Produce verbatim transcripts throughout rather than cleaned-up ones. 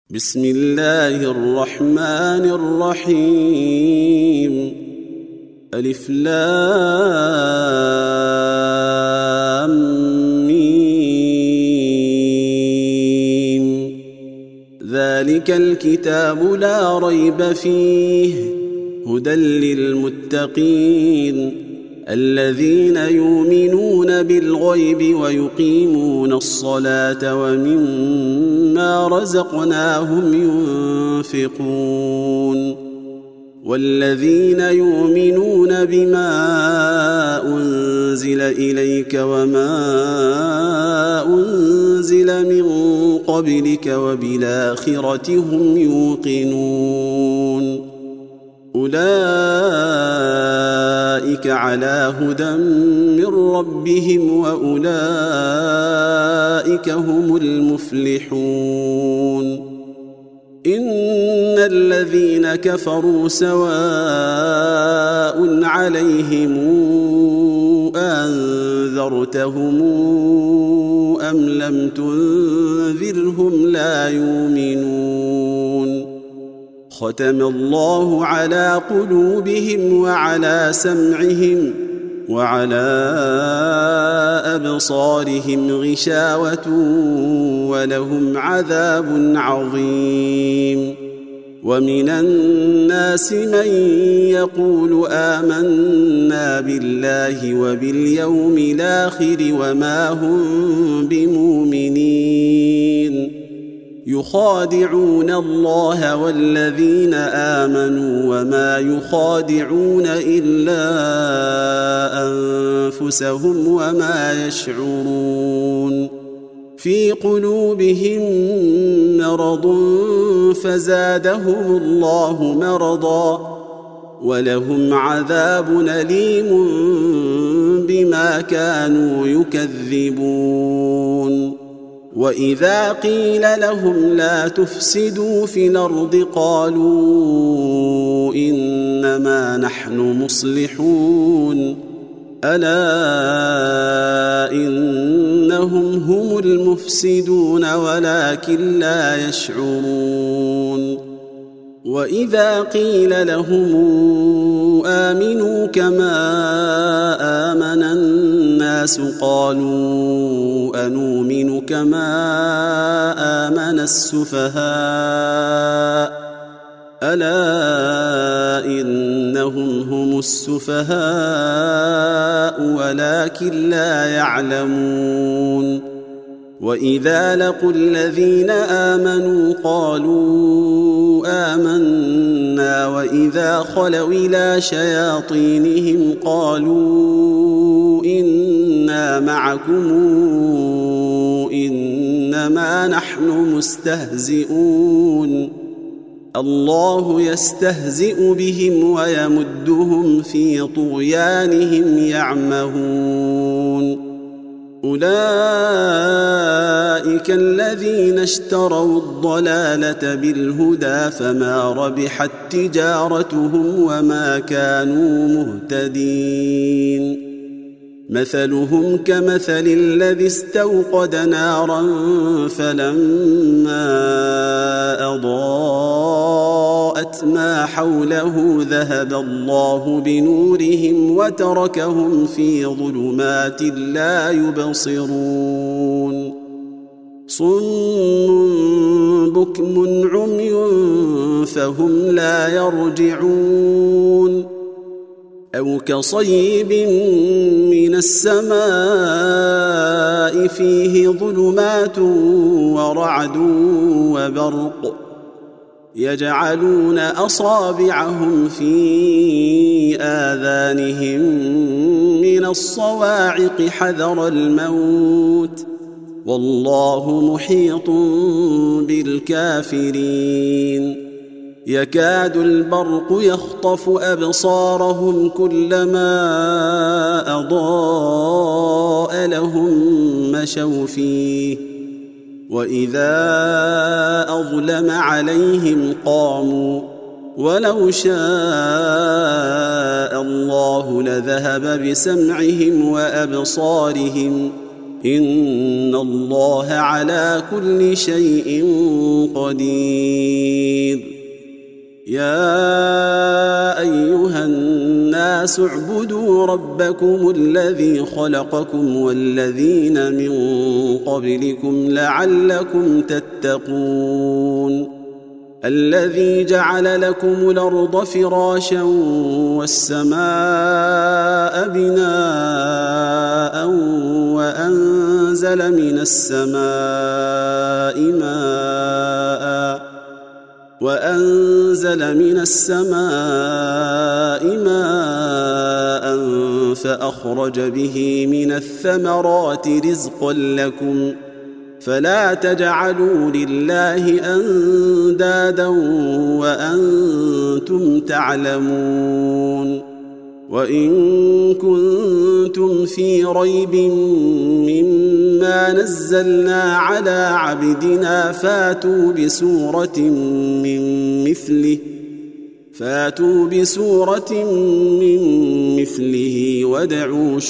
بسم الله الرحمن الرحيم ألف لام ميم ذلك الكتاب لا ريب فيه هدى للمتقين الذين يؤمنون بالغيب ويقيمون الصلاة ومما رزقناهم ينفقون والذين يؤمنون بما أنزل إليك وما أنزل من قبلك وبالآخرة هم يوقنون أولئك على هدى من ربهم وأولئك هم المفلحون إن الذين كفروا سواء عليهم أنذرتهم أم لم تنذرهم لا يؤمنون ختم الله على قلوبهم وعلى سمعهم وعلى أبصارهم غشاوة ولهم عذاب عظيم ومن الناس من يقول آمنا بالله وباليوم الآخر وما هم بمؤمنين يخادعون الله والذين آمنوا وما يخادعون إلا أنفسهم وما يشعرون في قلوبهم مرض فزادهم الله مرضا ولهم عذاب أليم بما كانوا يكذبون وإذا قيل لهم لا تفسدوا في الأرض قالوا إنما نحن مصلحون ألا إنهم هم المفسدون ولكن لا يشعرون وإذا قيل لهم آمنوا كما آمن الناس قالوا أنؤمن كما آمن السفهاء ألا إنهم هم السفهاء ولكن لا يعلمون وإذا لقوا الذين آمنوا قالوا آمنا وإذا خلوا إلى شياطينهم قالوا إنا معكم إنما نحن مستهزئون الله يستهزئ بهم ويمدهم في طغيانهم يعمهون أولئك الذين اشتروا الضلالة بالهدى فما ربحت تجارتهم وما كانوا مهتدين مثلهم كمثل الذي استوقد نارا فلما أضاءت ما حوله ذهب الله بنورهم وتركهم في ظلمات لا يبصرون صم بكم عمي فهم لا يرجعون أو كصيب من السماء فيه ظلمات ورعد وبرق يجعلون أصابعهم في آذانهم من الصواعق حذر الموت والله محيط بالكافرين يكاد البرق يخطف أبصارهم كلما أضاء لهم مشوا فيه وإذا أظلم عليهم قاموا ولو شاء الله لذهب بسمعهم وأبصارهم إن الله على كل شيء قدير. قدير. يا أيها الناس اعبدوا ربكم الذي خلقكم والذين من قبلكم لعلكم تتقون. الذي جعل لكم الأرض فراشا والسماء بناء وأنزل من السماء ماء وأنزل من السماء ماء فأخرج به من الثمرات رزقا لكم فلا تجعلوا لله أندادا وأنتم تعلمون. وإن كنتم في ريب مما نزلنا على عبدنا فاتوا بسورة من مثله فاتوا بسورة من مثله وادعوا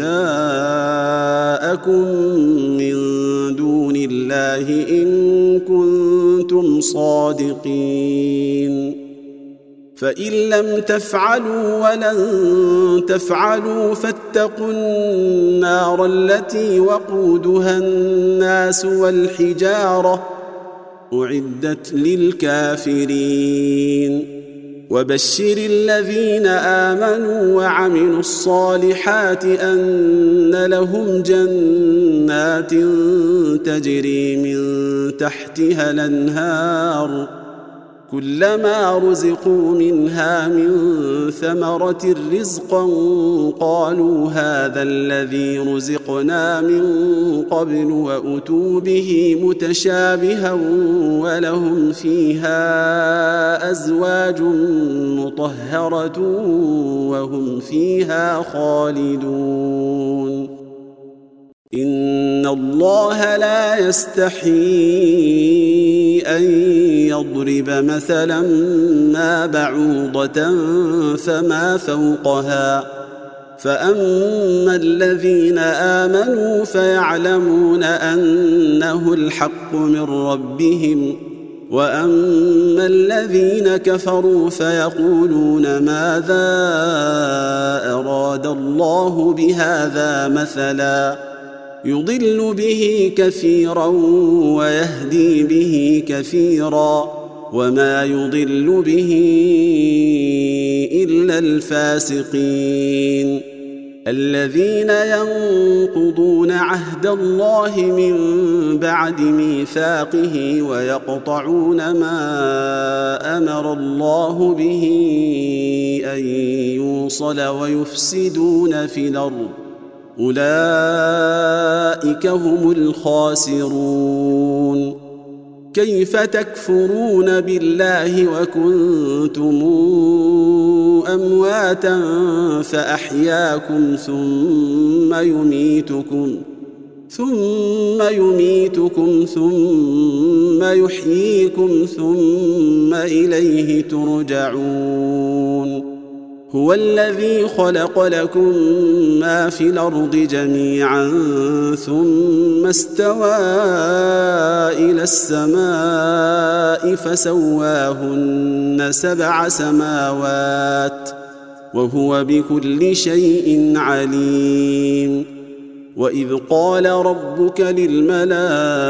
شهداءكم من دون الله إن كنتم صادقين. فإن لم تفعلوا ولن تفعلوا فاتقوا النار التي وقودها الناس والحجارة أعدت للكافرين. وبشر الذين آمنوا وعملوا الصالحات أن لهم جنات تجري من تحتها الأنهار كلما رزقوا منها من ثمرة رزقا قالوا هذا الذي رزقنا من قبل وأتوا به متشابها ولهم فيها أزواج مطهرة وهم فيها خالدون. إن الله لا يستحيي أن يضرب مثلا ما بعوضة فما فوقها فأما الذين آمنوا فيعلمون أنه الحق من ربهم وأما الذين كفروا فيقولون ماذا أراد الله بهذا مثلا يضل به كثيرا ويهدي به كثيرا وما يضل به إلا الفاسقين الذين ينقضون عهد الله من بعد ميثاقه ويقطعون ما أمر الله به أن يوصل ويفسدون في الأرض أولئك هم الخاسرون. كيف تكفرون بالله وكنتم أمواتا فأحياكم ثم يميتكم ثم يميتكم ثم يحييكم ثم إليه ترجعون. هو الذي خلق لكم ما في الأرض جميعا ثم استوى إلى السماء فسواهن سبع سماوات وهو بكل شيء عليم. وإذ قال ربك للملائكة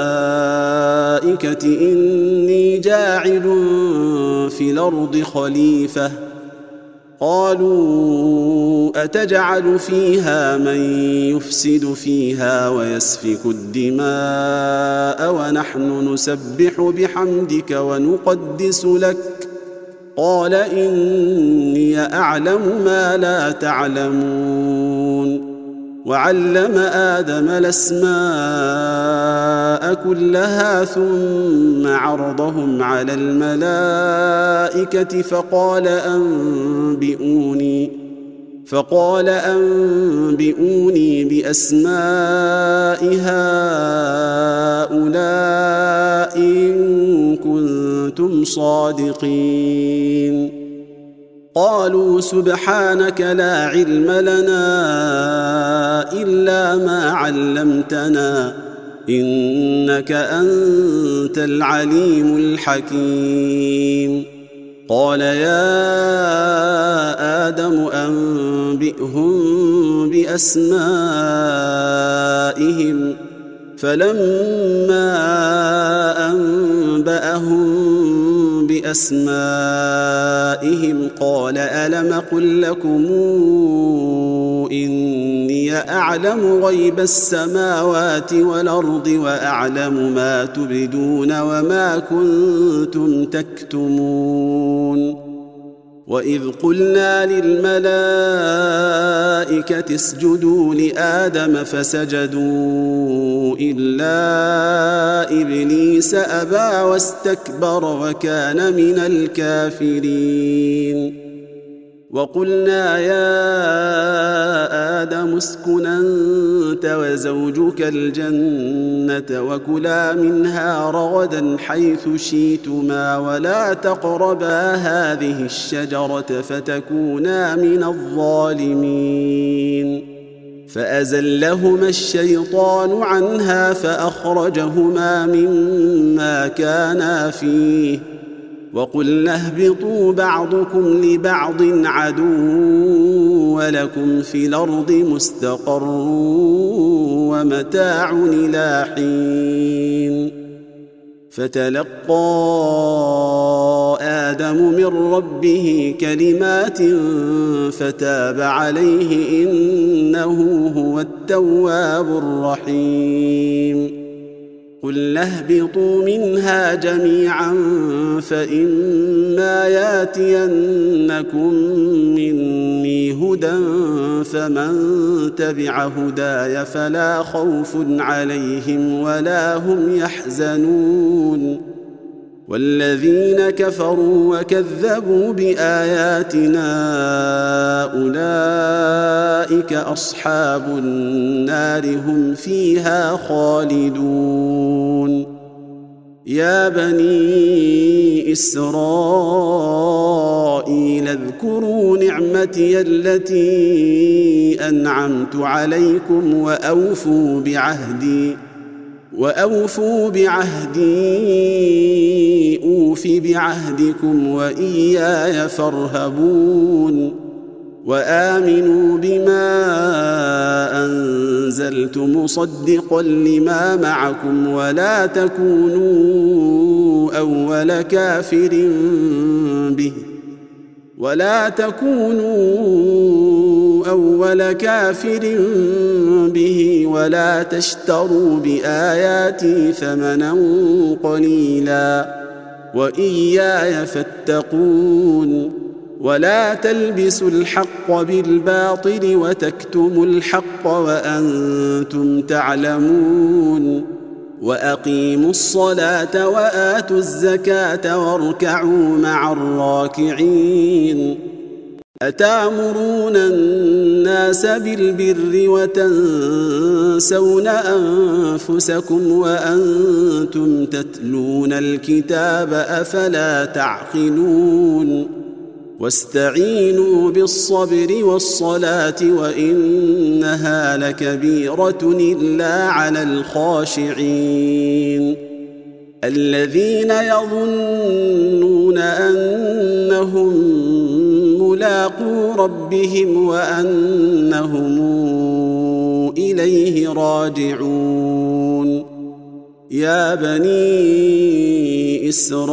إني جاعل في الأرض خليفة قالوا أتجعل فيها من يفسد فيها ويسفك الدماء ونحن نسبح بحمدك ونقدس لك قال إني أعلم ما لا تعلمون. وعلم آدم الأسماء كلها ثم عرضهم على الملائكة فقال أنبئوني فقال أنبئوني بأسماء هؤلاء إن كنتم صادقين. قالوا سبحانك لا علم لنا إلا ما علمتنا إنك أنت العليم الحكيم قال يا آدم أنبئهم بأسمائهم فلما أنبأهم بأسمائهم قال ألم قل لكم إني أعلم غيب السماوات والأرض وأعلم ما تبدون وما كنتم تكتمون وإذ قلنا للملائكة اسجدوا لآدم فسجدوا إلا إبليس أبى واستكبر وكان من الكافرين وقلنا يا آدم اسكن أنت وزوجك الجنة وكلا منها رغدا حيث شئتما ولا تقربا هذه الشجرة فتكونا من الظالمين فأزلهما الشيطان عنها فأخرجهما مما كانا فيه وقلنا اهبطوا بعضكم لبعض عدو ولكم في الأرض مستقر ومتاع إلى حين فتلقى آدم من ربه كلمات فتاب عليه إنه هو التواب الرحيم قل اهبطوا منها جميعا فإما ياتينكم مني هدى فمن تبع هداي فلا خوف عليهم ولا هم يحزنون والذين كفروا وكذبوا بآياتنا أولئك أصحاب النار هم فيها خالدون يا بني إسرائيل اذكروا نعمتي التي أنعمت عليكم وأوفوا بعهدي وأوفوا بعهدي أوف بعهدكم وإياي فارهبون وآمنوا بما أنزلت مصدقا لما معكم ولا تكونوا أول كافر به ولا تكونوا أول كافر به ولا تشتروا بآياتي ثمنا قليلا وإياي فاتقون ولا تلبسوا الحق بالباطل وتكتموا الحق وأنتم تعلمون وأقيموا الصلاة وآتوا الزكاة واركعوا مع الراكعين أتأمرون الناس بالبر وتنسون أنفسكم وأنتم تتلون الكتاب أفلا تعقلون واستعينوا بالصبر والصلاة وإنها لكبيرة إلا على الخاشعين الذين يظنون أنهم ملاقو ربهم وأنهم إليه راجعون يا بني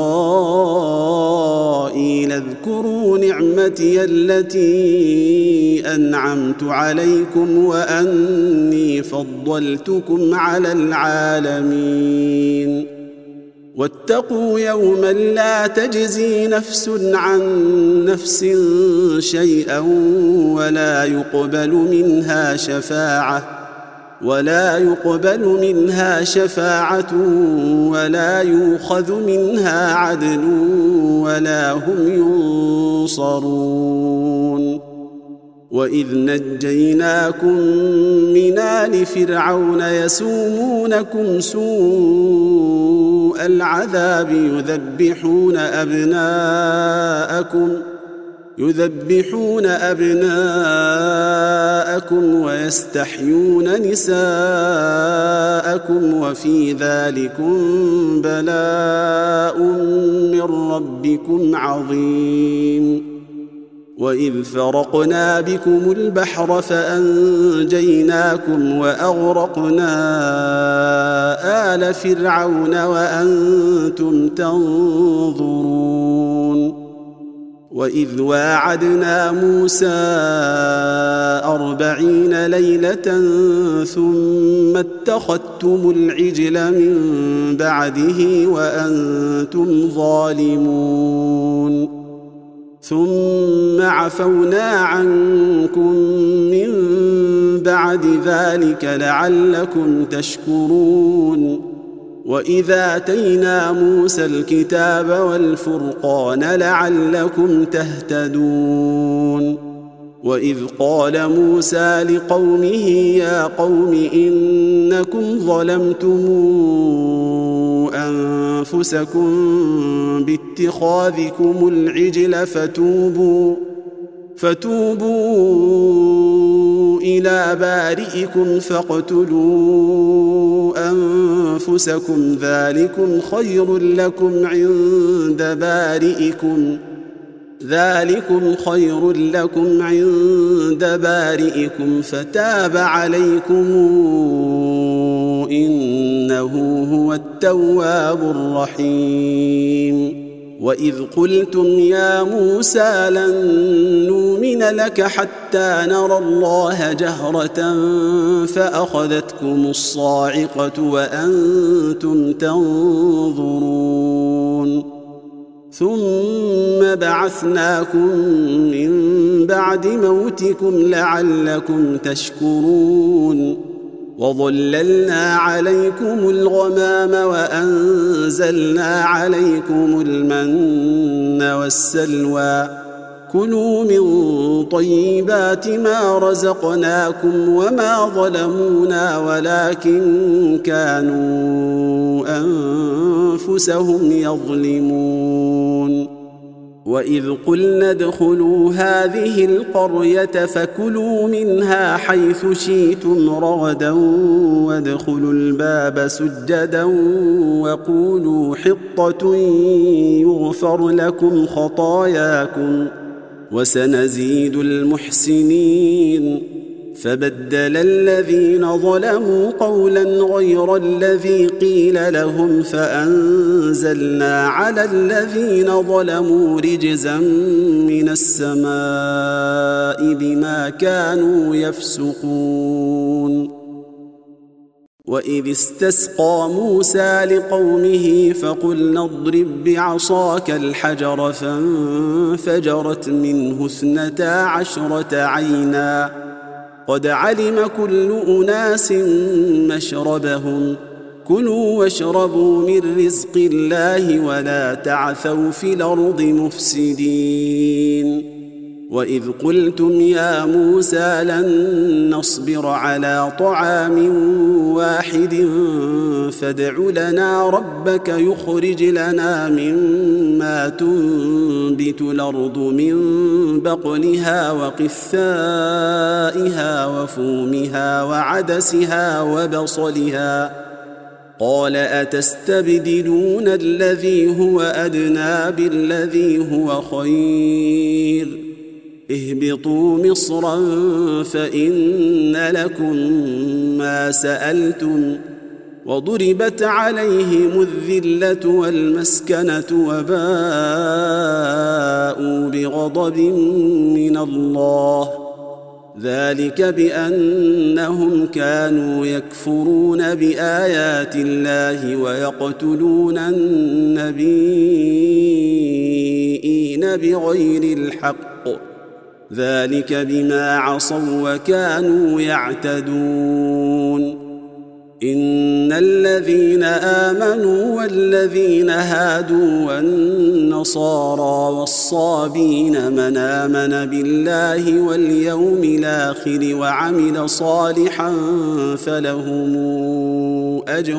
إسرائيل اذكروا نعمتي التي أنعمت عليكم وأني فضلتكم على العالمين واتقوا يوما لا تجزي نفس عن نفس شيئا ولا يقبل منها شفاعة ولا يقبل منها شفاعة ولا يؤخذ منها عدل ولا هم ينصرون وإذ نجيناكم من آل فرعون يسومونكم سوء العذاب يذبحون أبناءكم يذبحون أبناءكم ويستحيون نساءكم وفي ذلكم بلاء من ربكم عظيم. وإذ فرقنا بكم البحر فأنجيناكم وأغرقنا آل فرعون وأنتم تنظرون. وإذ واعدنا موسى أربعين ليلة ثم اتخذتم العجل من بعده وأنتم ظالمون ثم عفونا عنكم من بعد ذلك لعلكم تشكرون. وإذا آتينا موسى الكتاب والفرقان لعلكم تهتدون. وإذ قال موسى لقومه يا قوم إنكم ظلمتم أنفسكم باتخاذكم العجل فتوبوا فتوبوا إلى بارئكم فاقتلوا أنفسكم ذلكم خير لكم عند بارئكم ذلكم خير لكم عند بارئكم فتاب عليكم إنه هو التواب الرحيم. وإذ قلتم يا موسى لن نؤمن لك حتى نرى الله جهرة فأخذتكم الصاعقة وأنتم تنظرون ثم بعثناكم من بعد موتكم لعلكم تشكرون. وظللنا عليكم الغمام وأنزلنا عليكم المن والسلوى كلوا من طيبات ما رزقناكم وما ظلمونا ولكن كانوا أنفسهم يظلمون. وإذ قلنا ادخلوا هذه القرية فكلوا منها حيث شئتم رغدا وادخلوا الباب سجدا وقولوا حطة يغفر لكم خطاياكم وسنزيد المحسنين. فبدل الذين ظلموا قولا غير الذي قيل لهم فأنزلنا على الذين ظلموا رجزا من السماء بما كانوا يفسقون. وإذ استسقى موسى لقومه فقلنا اضرب بعصاك الحجر فانفجرت منه اثنتا عشرة عينا قد علم كل أناس مشربهم كلوا واشربوا من رزق الله ولا تعثوا في الأرض مفسدين. وإذ قلتم يا موسى لن نصبر على طعام واحد فادع لنا ربك يخرج لنا مما تنبت الأرض من بقلها وقثائها وفومها وعدسها وبصلها قال أتستبدلون الذي هو أدنى بالذي هو خير اهبطوا مصرا فإن لكم ما سألتم وضربت عليهم الذلة والمسكنة وباءوا بغضب من الله ذلك بأنهم كانوا يكفرون بآيات الله ويقتلون النبيين بغير الحق ذلك بما عصوا وكانوا يعتدون. إن الذين آمنوا والذين هادوا والنصارى والصابين من آمن بالله واليوم الآخر وعمل صالحا فلهم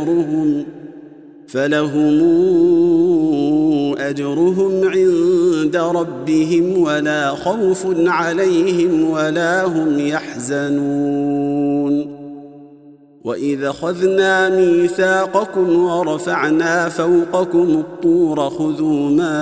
أجرهم فلهم أجرهم عند عند ربهم ولا خوف عليهم ولا هم يحزنون. وإذ أخذنا ميثاقكم ورفعنا فوقكم الطور خذوا ما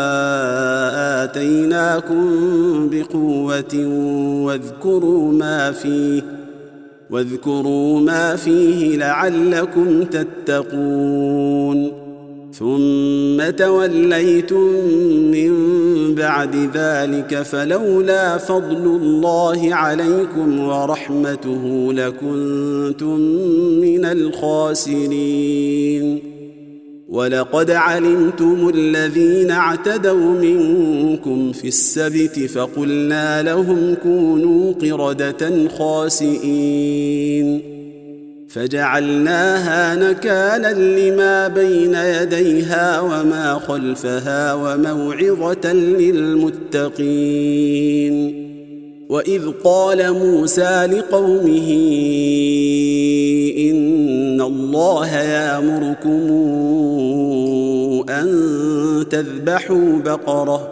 آتيناكم بقوة واذكروا ما فيه واذكروا ما فيه لعلكم تتقون. ثم توليتم من بعد ذلك فلولا فضل الله عليكم ورحمته لكنتم من الخاسرين. ولقد علمتم الذين اعتدوا منكم في السبت فقلنا لهم كونوا قردة خاسئين فجعلناها نكالا لما بين يديها وما خلفها وموعظة للمتقين. وإذ قال موسى لقومه إن الله يأمركم أن تذبحوا بقرة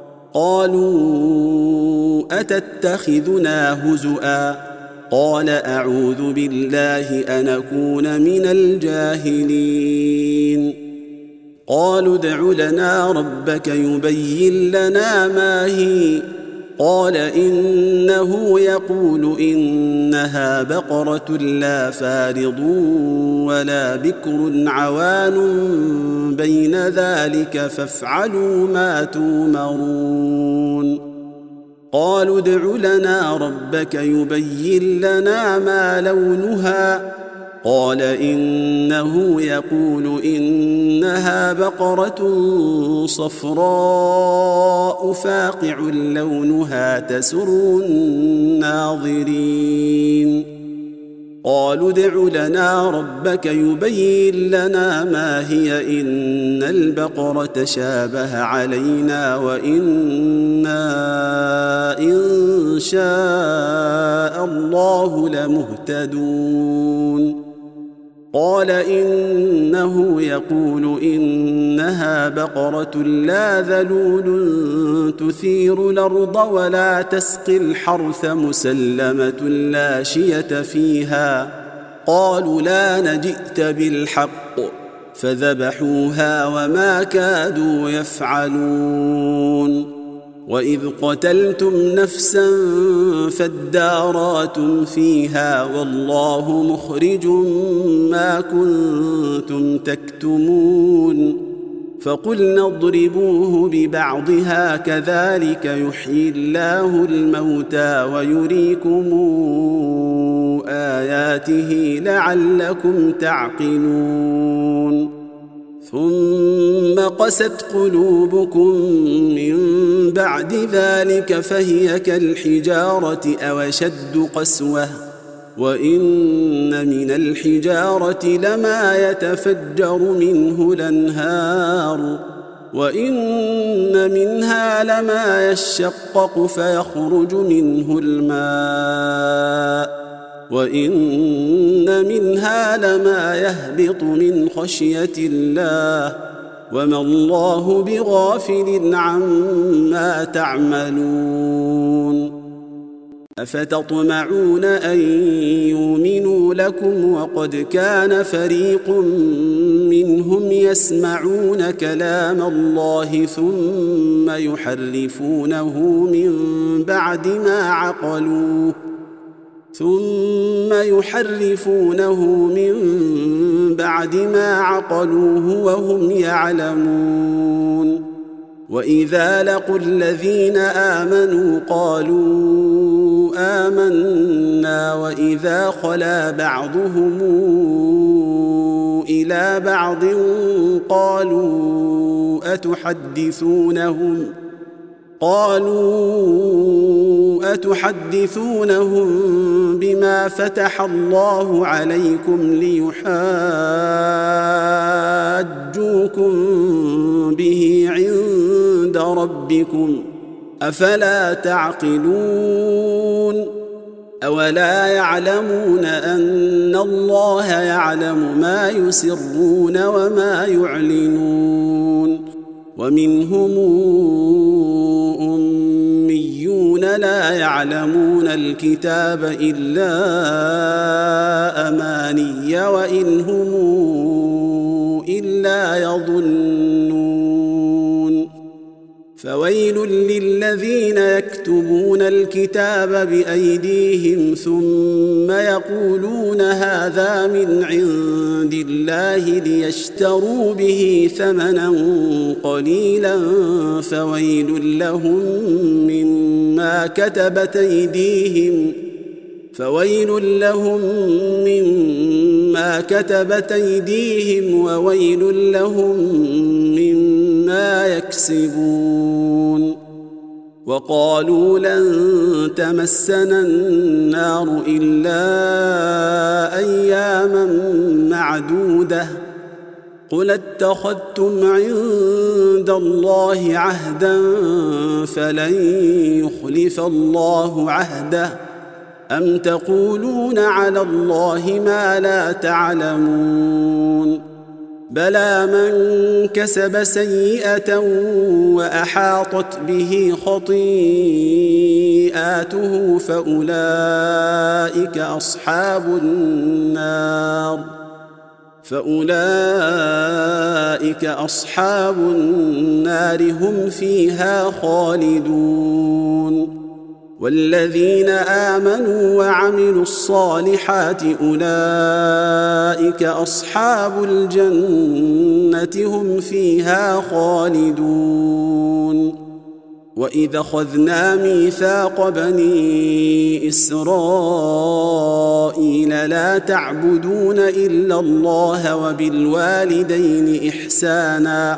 قالوا أتتخذنا هزؤا قال أعوذ بالله أن أكون من الجاهلين. قالوا ادع لنا ربك يبين لنا ما هي قال إنه يقول إنها بقرة لا فارض ولا بكر عوان بين ذلك فافعلوا ما تؤمرون. قالوا ادع لنا ربك يبين لنا ما لونها قال إنه يقول إنها بقرة صفراء فاقع لونها تسر الناظرين. قالوا ادع لنا ربك يبين لنا ما هي إن البقرة شابه علينا وإنا إن شاء الله لمهتدون. قال إنه يقول إنها بقرة لا ذلول تثير الأرض ولا تسقي الحرث مسلمة لا شية فيها. قالوا لا نجئت بالحق فذبحوها وما كادوا يفعلون. وإذ قتلتم نفسا فادارأتم فيها والله مخرج ما كنتم تكتمون. فقلنا اضربوه ببعضها كذلك يحيي الله الموتى ويريكم آياته لعلكم تعقلون. ثم قست قلوبكم من بعد ذلك فهي كالحجارة أو أشد قسوة وإن من الحجارة لما يتفجر منه الأنهار وإن منها لما يشقق فيخرج منه الماء وإن منها لما يهبط من خشية الله وما الله بغافل عما تعملون. أفتطمعون أن يؤمنوا لكم وقد كان فريق منهم يسمعون كلام الله ثم يحرفونه من بعد ما عقلوه ثم يحرفونه من بعد ما عقلوه وهم يعلمون. وإذا لقوا الذين آمنوا قالوا آمنا وإذا خلا بعضهم إلى بعض قالوا أتحدثونهم قالوا أتحدثونهم بما فتح الله عليكم ليحاجوكم به عند ربكم أفلا تعقلون. أولا يعلمون أن الله يعلم ما يسرون وما يعلنون ومنهم أميون لا يعلمون الكتاب إلا أماني وإن هم إلا يظنون فويل للذين يكتبون الكتاب بأيديهم ثم يقولون هذا من عند الله ليشتروا به ثمنا قليلا فويل لهم مما كتبت أيديهم فويل لهم مما كتبت أيديهم وويل لهم مما يكسبون وقالوا لن تمسنا النار إلا أياما معدودة قل اتخذتم عند الله عهدا فلن يخلف الله عهده أم تقولون على الله ما لا تعلمون بلى من كسب سيئة وأحاطت به خطيئاته فأولئك أصحاب النار فأولئك أصحاب النار هم فيها خالدون والذين آمنوا وعملوا الصالحات أولئك أصحاب الجنة هم فيها خالدون وإذا أخذنا ميثاق بني إسرائيل لا تعبدون إلا الله وبالوالدين إحسانا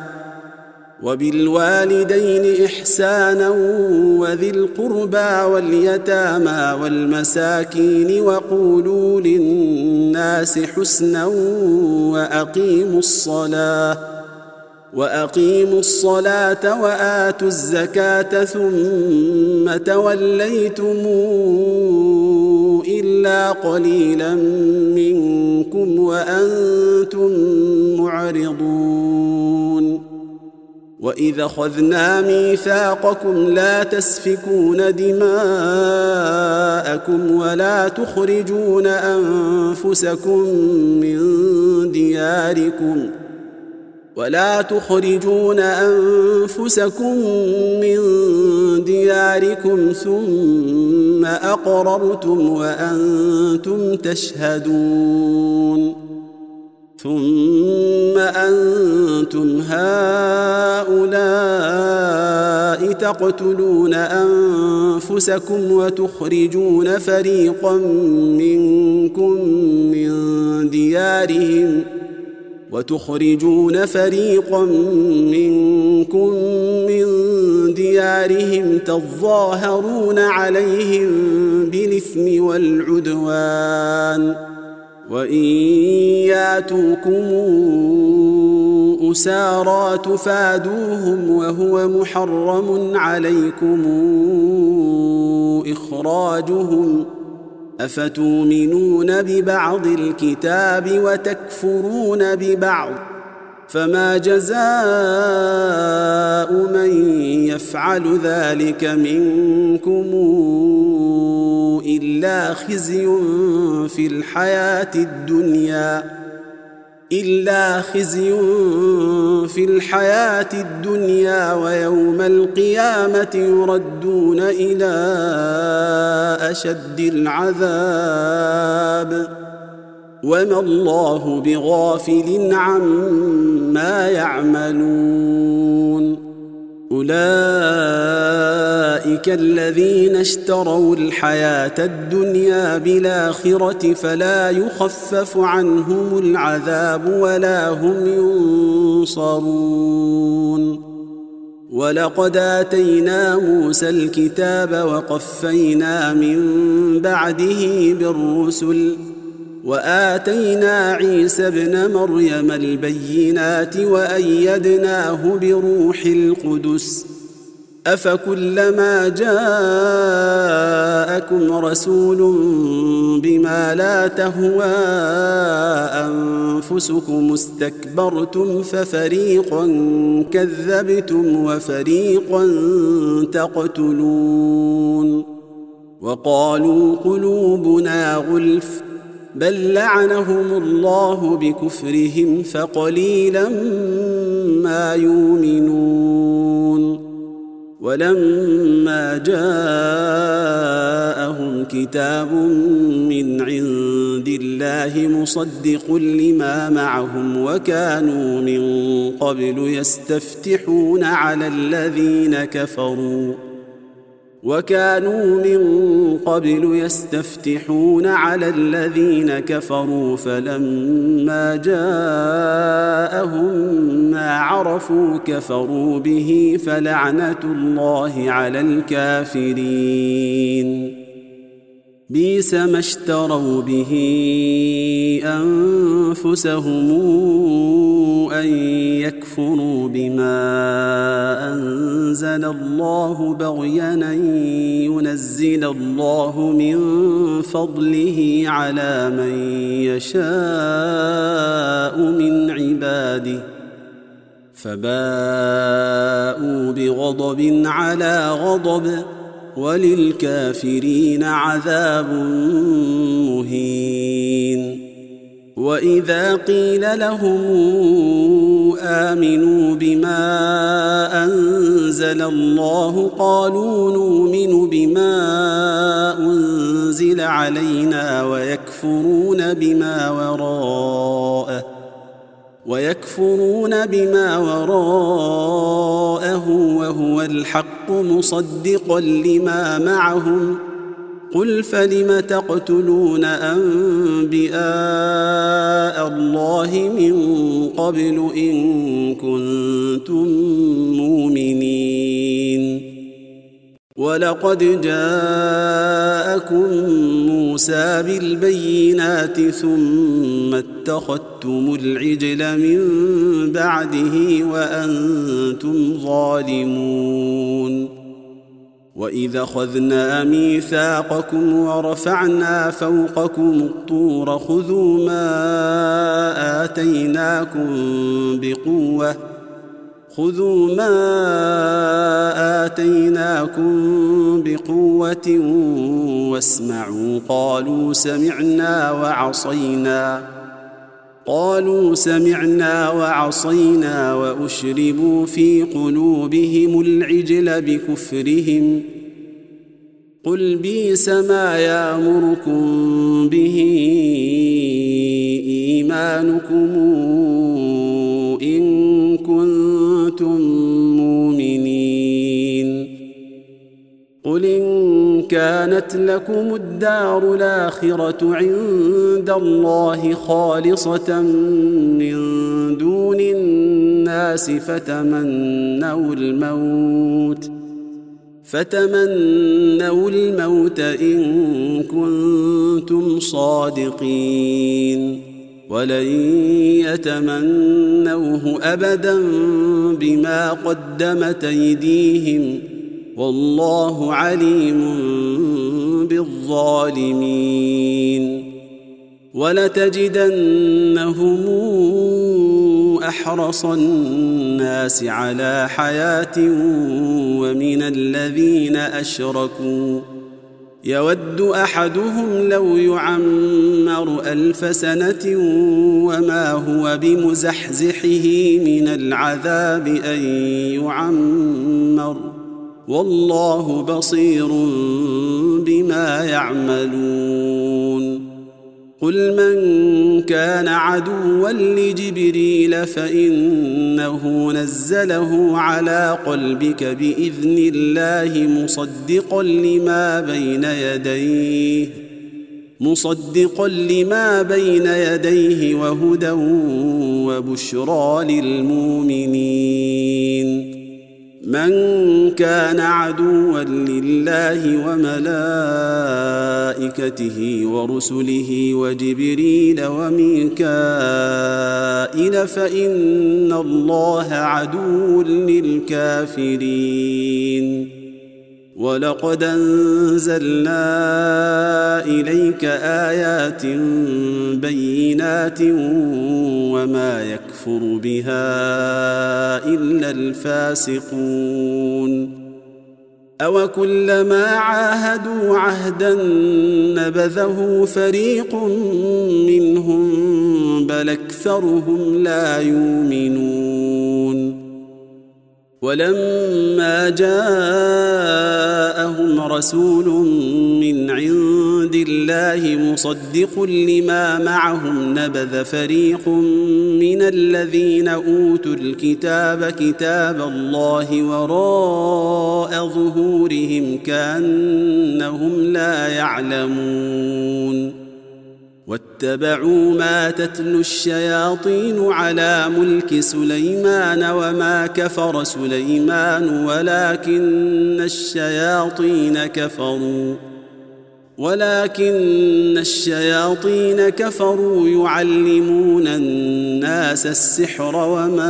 وبالوالدين إحسانا وذي القربى واليتامى والمساكين وقولوا للناس حسنا وأقيموا الصلاة وأقيموا الصلاة وآتوا الزكاة ثم توليتم إلا قليلا منكم وأنتم معرضون وإذا أخذنا ميثاقكم لا تسفكون دماءكم ولا تخرجون أنفسكم من دياركم ولا تخرجون أنفسكم من دياركم ثم أقررتم وأنتم تشهدون ثم أنتم هؤلاء تقتلون أنفسكم وتخرجون فريقا منكم من ديارهم وتخرجون فريقا منكم من ديارهم تظاهرون عليهم بالإثم والعدوان وإن ياتوكم أسارى تفادوهم وهو محرم عليكم إخراجهم أفتؤمنون ببعض الكتاب وتكفرون ببعض فما جزاء من يفعل ذلك منكم إلا خزي في الحياة الدنيا إلا خزي في الحياة الدنيا ويوم القيامة يردون إلى أشد العذاب وما الله بغافل عما يعملون أولئك الذين اشتروا الحياة الدنيا بالآخرة فلا يخفف عنهم العذاب ولا هم ينصرون ولقد آتينا موسى الكتاب وقفينا من بعده بالرسل وآتينا عيسى ابن مريم البينات وأيدناه بروح القدس أفكلما جاءكم رسول بما لا تهوى أنفسكم استكبرتم ففريقا كذبتم وفريقا تقتلون وقالوا قلوبنا غلف بل لعنهم الله بكفرهم فقليلا ما يؤمنون ولما جاءهم كتاب من عند الله مصدق لما معهم وكانوا من قبل يستفتحون على الذين كفروا وكانوا من قبل يستفتحون على الذين كفروا فلما جاءهم ما عرفوا كفروا به فلعنة الله على الكافرين بئس ما اشتروا به أنفسهم أن يكفروا بما أنزل الله بغيا أن ينزل الله من فضله على من يشاء من عباده فباءوا بغضب على غضب وللكافرين عذاب مهين وإذا قيل لهم آمنوا بما أنزل الله قالوا نؤمن بما أنزل علينا ويكفرون بما وراءه ويكفرون بما وراءه وهو الحق مصدقا لما معهم قل فلم تقتلون أنبياء الله من قبل إن كنتم مؤمنين ولقد جاءكم موسى بالبينات ثم اتخذتم العجل من بعده وأنتم ظالمون وإذا أخذنا ميثاقكم ورفعنا فوقكم الطور خذوا ما آتيناكم بقوة خذوا ما آتيناكم بقوة واسمعوا قالوا سمعنا وعصينا قالوا سمعنا وعصينا وأشربوا في قلوبهم العجل بكفرهم قل بئس ما يأمركم به إيمانكم إن كنتم مؤمنين قل إن كانت لكم الدار الآخرة عند الله خالصة من دون الناس فتمنوا الموت فتمنوا الموت إن كنتم صادقين ولن يتمنوه أبدا بما قدمت أيديهم والله عليم بالظالمين ولتجدنهم أحرص الناس على حياة ومن الذين أشركوا يود أحدهم لو يعمر ألف سنة وما هو بمزحزحه من العذاب أن يعمر والله بصير بما يعملون قل من كان عدوا لجبريل فإنه نزله على قلبك بإذن الله مصدقا لما بين يديه مصدقا لما بين يديه وهدى وبشرى للمؤمنين من كان عدوا لله وملائكته ورسله وجبريل وميكائيل فإن الله عدو للكافرين ولقد أنزلنا إليك آيات بينات وما يكفر بها إلا الفاسقون أو كلما عاهدوا عهدا نبذه فريق منهم بل أكثرهم لا يؤمنون ولما جاءهم رسول من عند الله مصدق لما معهم نبذ فريق من الذين أوتوا الكتاب كتاب الله وراء ظهورهم كأنهم لا يعلمون واتبعوا ما تتلو الشياطين على ملك سليمان وما كفر سليمان ولكن الشياطين كفروا ولكن الشياطين كفروا يعلمون الناس السحر وما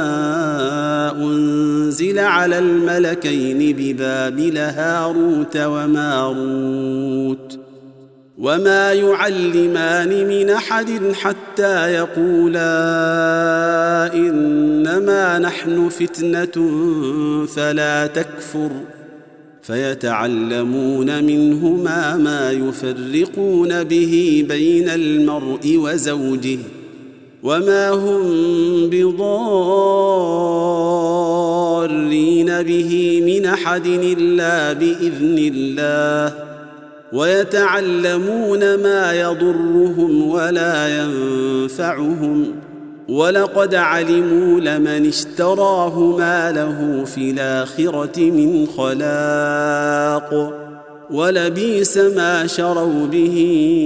أنزل على الملكين ببابل هاروت وماروت وما يعلمان من أحد حتى يقولا إنما نحن فتنة فلا تكفر فيتعلمون منهما ما يفرقون به بين المرء وزوجه وما هم بضارين به من أحد إلا بإذن الله ويتعلمون ما يضرهم ولا ينفعهم ولقد علموا لمن اشتراه ما له في الآخرة من خلاق ولبئس ما شروا به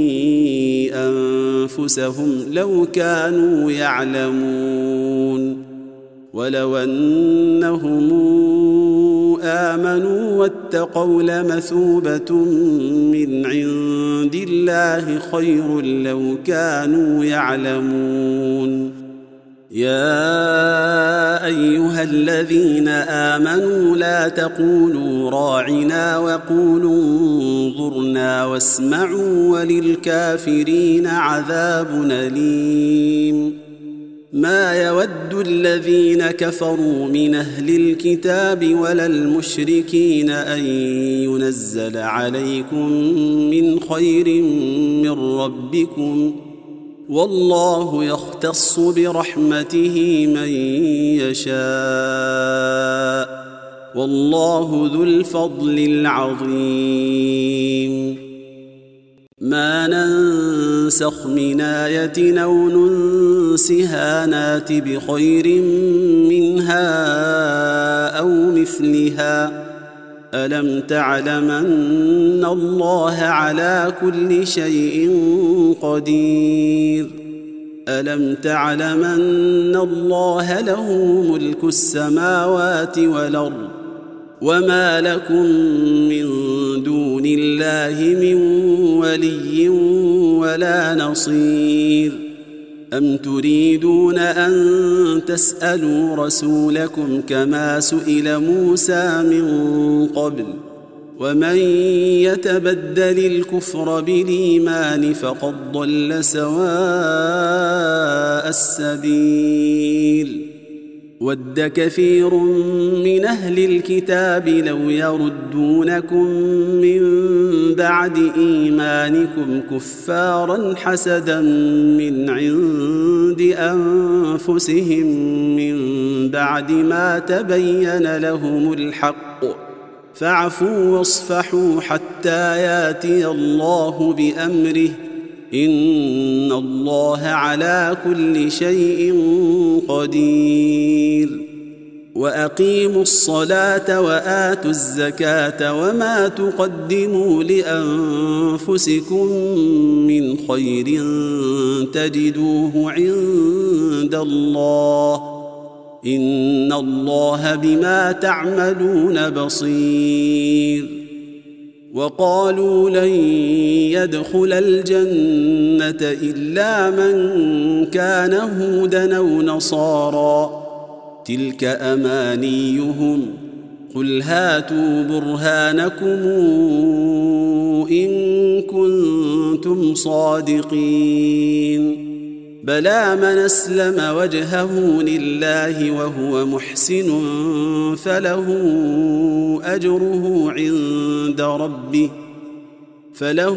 أنفسهم لو كانوا يعلمون ولو أنهم آمنوا واتقوا لمثوبة من عند الله خير لو كانوا يعلمون يا أيها الذين آمنوا لا تقولوا راعنا وقولوا انظرنا واسمعوا وللكافرين عذاب أليم ما يود الذين كفروا من أهل الكتاب ولا المشركين أن ينزل عليكم من خير من ربكم والله يختص برحمته من يشاء والله ذو الفضل العظيم ما ننسخ من آية أو ننسها نات بخير منها أو مثلها ألم تعلم أن الله على كل شيء قدير ألم تعلم أن الله له ملك السماوات والأرض وما لكم من دون الله من ولي ولا نصير أم تريدون أن تسألوا رسولكم كما سئل موسى من قبل ومن يتبدل الكفر بالإيمان فقد ضل سواء السبيل ود كثير من أهل الكتاب لو يردونكم من بعد إيمانكم كفارا حسدا من عند أنفسهم من بعد ما تبين لهم الحق فاعفوا واصفحوا حتى ياتي الله بأمره إن الله على كل شيء قدير وأقيموا الصلاة وآتوا الزكاة وما تقدموا لأنفسكم من خير تجدوه عند الله إن الله بما تعملون بصير. وقالوا لن يدخل الجنة إلا من كان هودا أو نصارى تلك أمانيهم قل هاتوا برهانكم إن كنتم صادقين. بلى من أسلم وجهه لله وهو محسن فله أجره عند ربه فله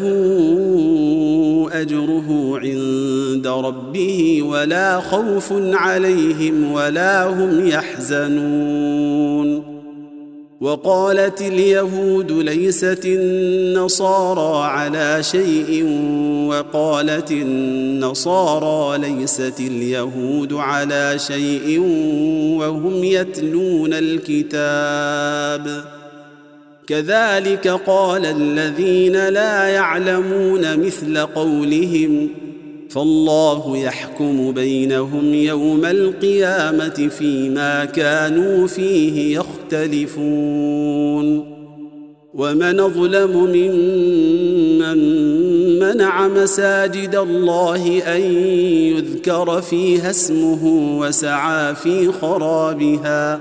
أجره عند ربه ولا خوف عليهم ولا هم يحزنون. وقالت اليهود ليست النصارى على شيء وقالت النصارى ليست اليهود على شيء وهم يتلون الكتاب كذلك قال الذين لا يعلمون مثل قولهم فالله يحكم بينهم يوم القيامة فيما كانوا فيه يختلفون. ومن أظلم ممن منع مساجد الله أن يذكر فيها اسمه وسعى في خرابها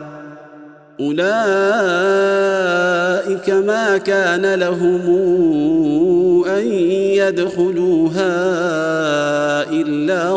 أولئك ما كان لهم أن يدخلوها إلا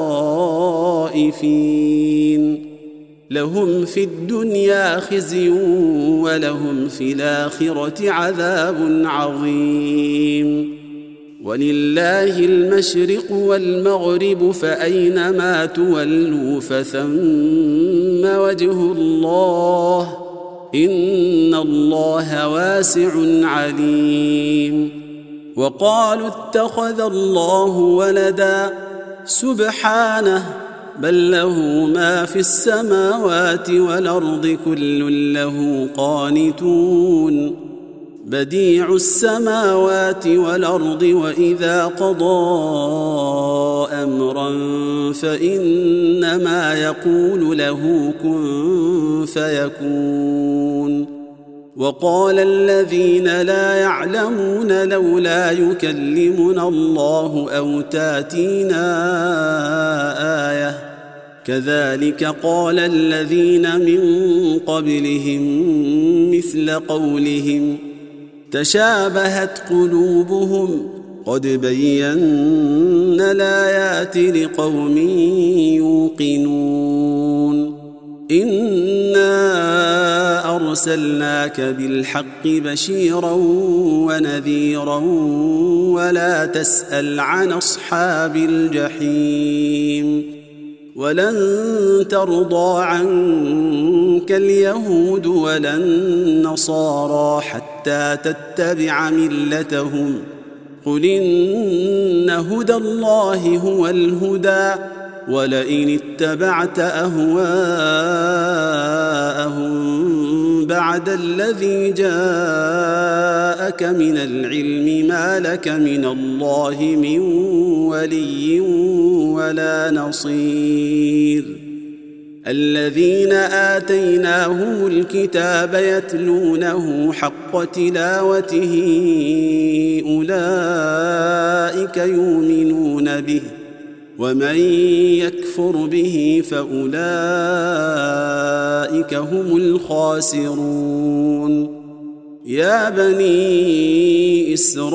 خائفين لهم في الدنيا خزي ولهم في الآخرة عذاب عظيم. ولله المشرق والمغرب فأينما تولوا فثم وجه الله إن الله واسع عليم. وقالوا اتخذ الله ولدا سبحانه بل له ما في السماوات والأرض كل له قانتون بديع السماوات والأرض وإذا قضى أمرا فإنما يقول له كن فيكون. وقال الذين لا يعلمون لولا يكلمنا الله أو تاتينا آية كذلك قال الذين من قبلهم مثل قولهم تشابهت قلوبهم قد بينا الآيات لقوم يوقنون. إنا أرسلناك بالحق بشيرا ونذيرا ولا تسأل عن أصحاب الجحيم. ولن ترضى عنك اليهود ولا النصارى حتى تتبع ملتهم قل إن هدى الله هو الهدى ولئن اتبعت أهواءهم بعد الذي جاءك من العلم ما لك من الله من ولي ولا نصير. الذين آتيناهم الكتاب يتلونه حق تلاوته أولئك يؤمنون به ومن يكفر به فأولئك هم الخاسرون. يا بني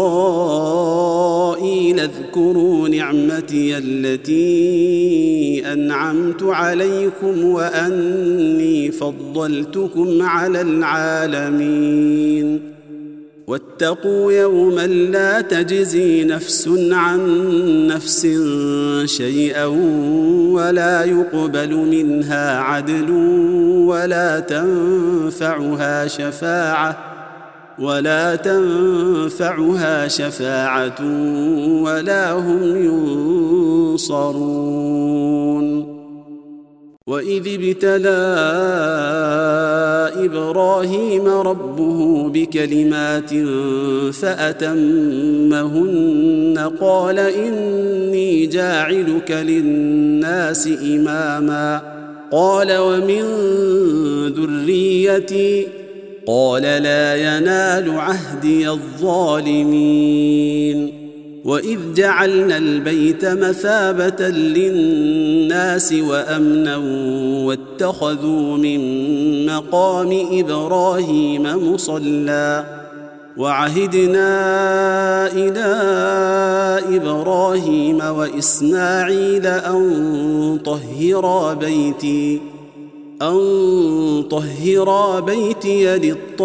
إسرائيل اذكروا نعمتي التي أنعمت عليكم وأني فضلتكم على العالمين. واتقوا يوما لا تجزي نفس عن نفس شيئا ولا يقبل منها عدل ولا تنفعها شفاعة ولا تنفعها شفاعة ولا هم ينصرون. وإذ ابتلى إبراهيم ربه بكلمات فأتمهن قال إني جاعلك للناس إماما قال ومن ذريتي قال لا ينال عهدي الظالمين وإذ جعلنا البيت مثابة للناس وأمنا واتخذوا من مقام إبراهيم مصلى وعهدنا إلى إبراهيم وإسماعيل أن طهرا بيتي أن طهرا بيتي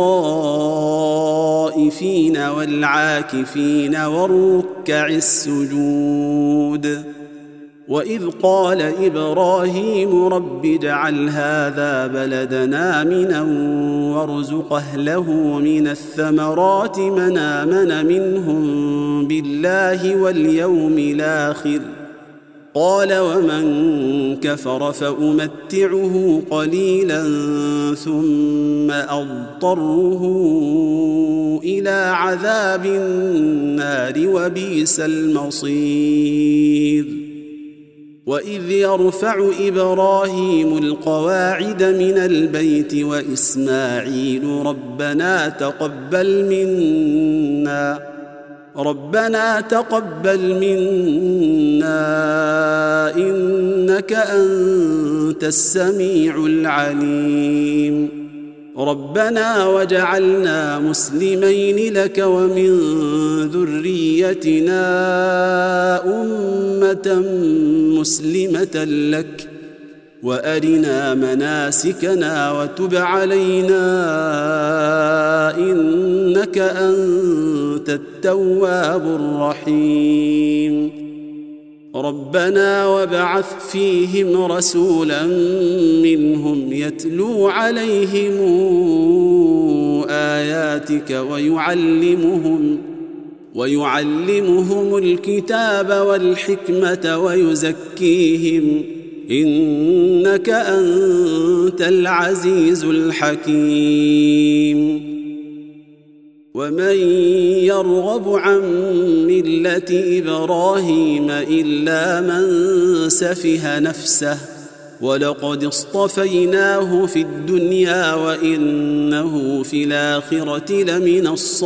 للطائفين والعاكفين والركع السجود وإذ قال إبراهيم رب اجعل هذا بلدنا آمنا وارزق أهله من الثمرات من آمن منهم بالله واليوم الآخر قال ومن كفر فأمتعه قليلا ثم أضطره إلى عذاب النار وبئس المصير وإذ يرفع إبراهيم القواعد من البيت وإسماعيل ربنا تقبل منا ربنا تقبل منا إنك أنت السميع العليم ربنا وجعلنا مسلمين لك ومن ذريتنا أمة مسلمة لك وأرنا مناسكنا وتب علينا إنك أنت التواب الرحيم ربنا وابعث فيهم رسولا منهم يتلو عليهم آياتك ويعلمهم ويعلمهم الكتاب والحكمة ويزكيهم إنك أنت العزيز الحكيم ومن يرغب عن ملة إبراهيم إلا من سفه نفسه ولقد اصطفيناه في الدنيا وإنه في الآخرة لمن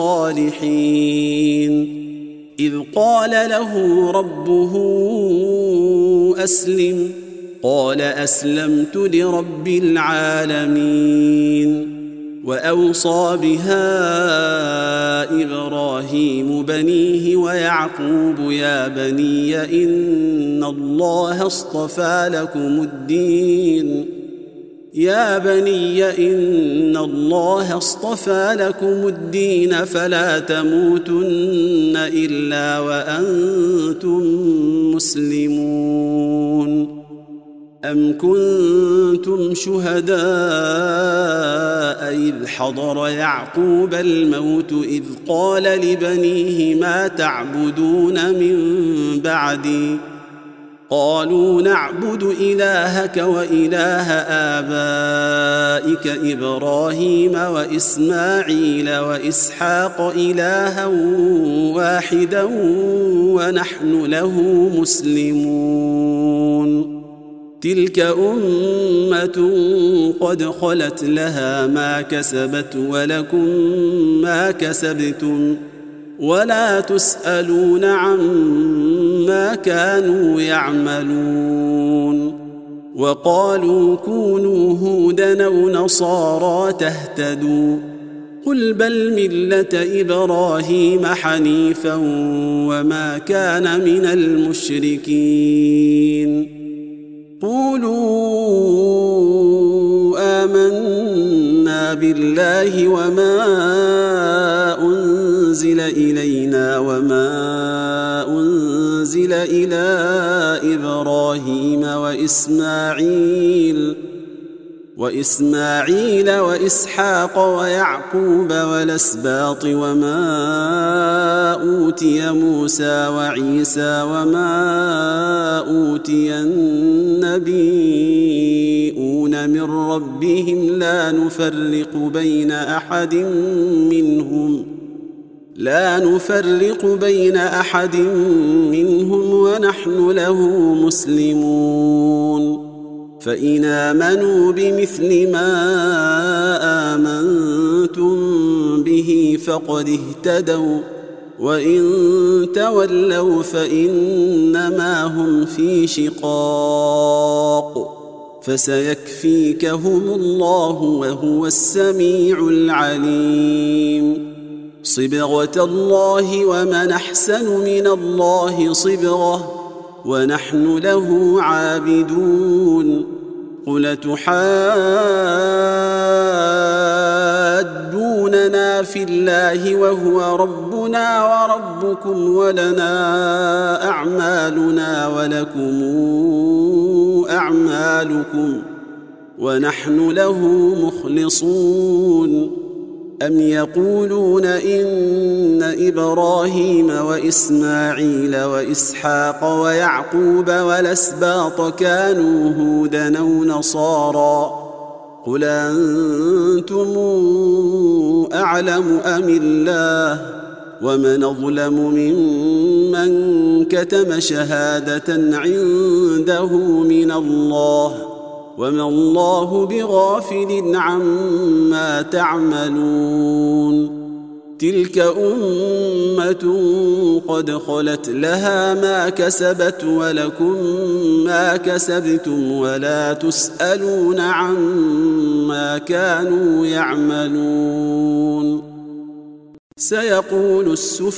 الصالحين إذ قال له ربه أسلم قال أسلمت لرب العالمين وأوصى بها إبراهيم بنيه ويعقوب يا بني إن الله اصطفى لكم الدين يا بني إن الله اصطفى لكم الدين فلا تموتن إلا وأنتم مسلمون أم كنتم شهداء إذ حضر يعقوب الموت إذ قال لبنيه ما تعبدون من بعدي قالوا نعبد إلهك وإله آبائك إبراهيم وإسماعيل وإسحاق إلها واحدا ونحن له مسلمون تلك أمة قد خلت لها ما كسبت ولكم ما كسبتم ولا تسألون عما كانوا يعملون وقالوا كونوا هودا أو نصارى تهتدوا قل بل ملة إبراهيم حنيفا وما كان من المشركين قولوا آمنا بالله وما أنزل إلينا وما أنزل إلى إبراهيم وإسماعيل وإسماعيل وإسحاق ويعقوب والأسباط وما أوتي موسى وعيسى وما أوتي النبيون من ربهم لا نفرق بين أحد منهم لا نفرق بين أحد منهم ونحن له مسلمون فإن آمنوا بمثل ما آمنتم به فقد اهتدوا وإن تولوا فإنما هم في شقاق فسيكفيكهم الله وهو السميع العليم. صبغة الله ومن أحسن من الله صبغة ونحن له عابدون. قل تحاجوننا في الله وهو ربنا وربكم ولنا أعمالنا ولكم أعمالكم ونحن له مخلصون. أم يقولون إن إبراهيم وإسماعيل وإسحاق ويعقوب والأسباط كانوا هودا أو نصارى قل أنتم أعلم أم الله ومن أظلم ممن كتم شهادة عنده من الله وما الله بغافل عما تعملون. تلك أمة قد خلت لها ما كسبت ولكم ما كسبتم ولا تسألون عما كانوا يعملون. سيقول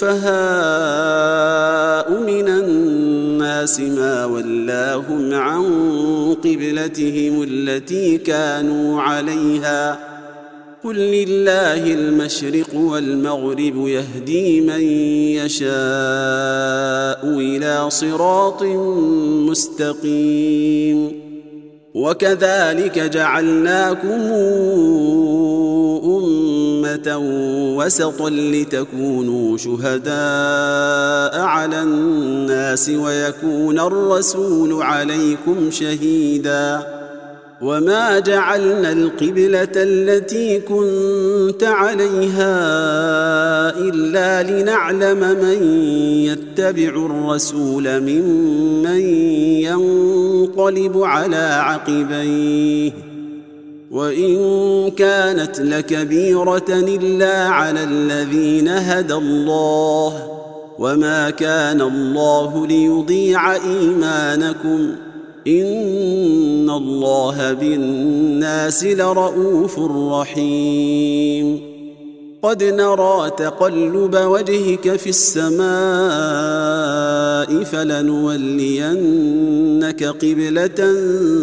السفهاء من الناس ما ولاهم عن قبلتهم التي كانوا عليها قل لله المشرق والمغرب يهدي من يشاء إلى صراط مستقيم. وكذلك جعلناكم أمة وسطا لتكونوا شهداء على الناس ويكون الرسول عليكم شهيدا. وما جعلنا القبلة التي كنت عليها إلا لنعلم من يتبع الرسول ممن ينقلب على عقبيه وإن كانت لكبيرة إلا على الذين هدى الله وما كان الله ليضيع إيمانكم إن الله بالناس لرؤوف رحيم. قد نرى تقلب وجهك في السماء فلنولينك قبلة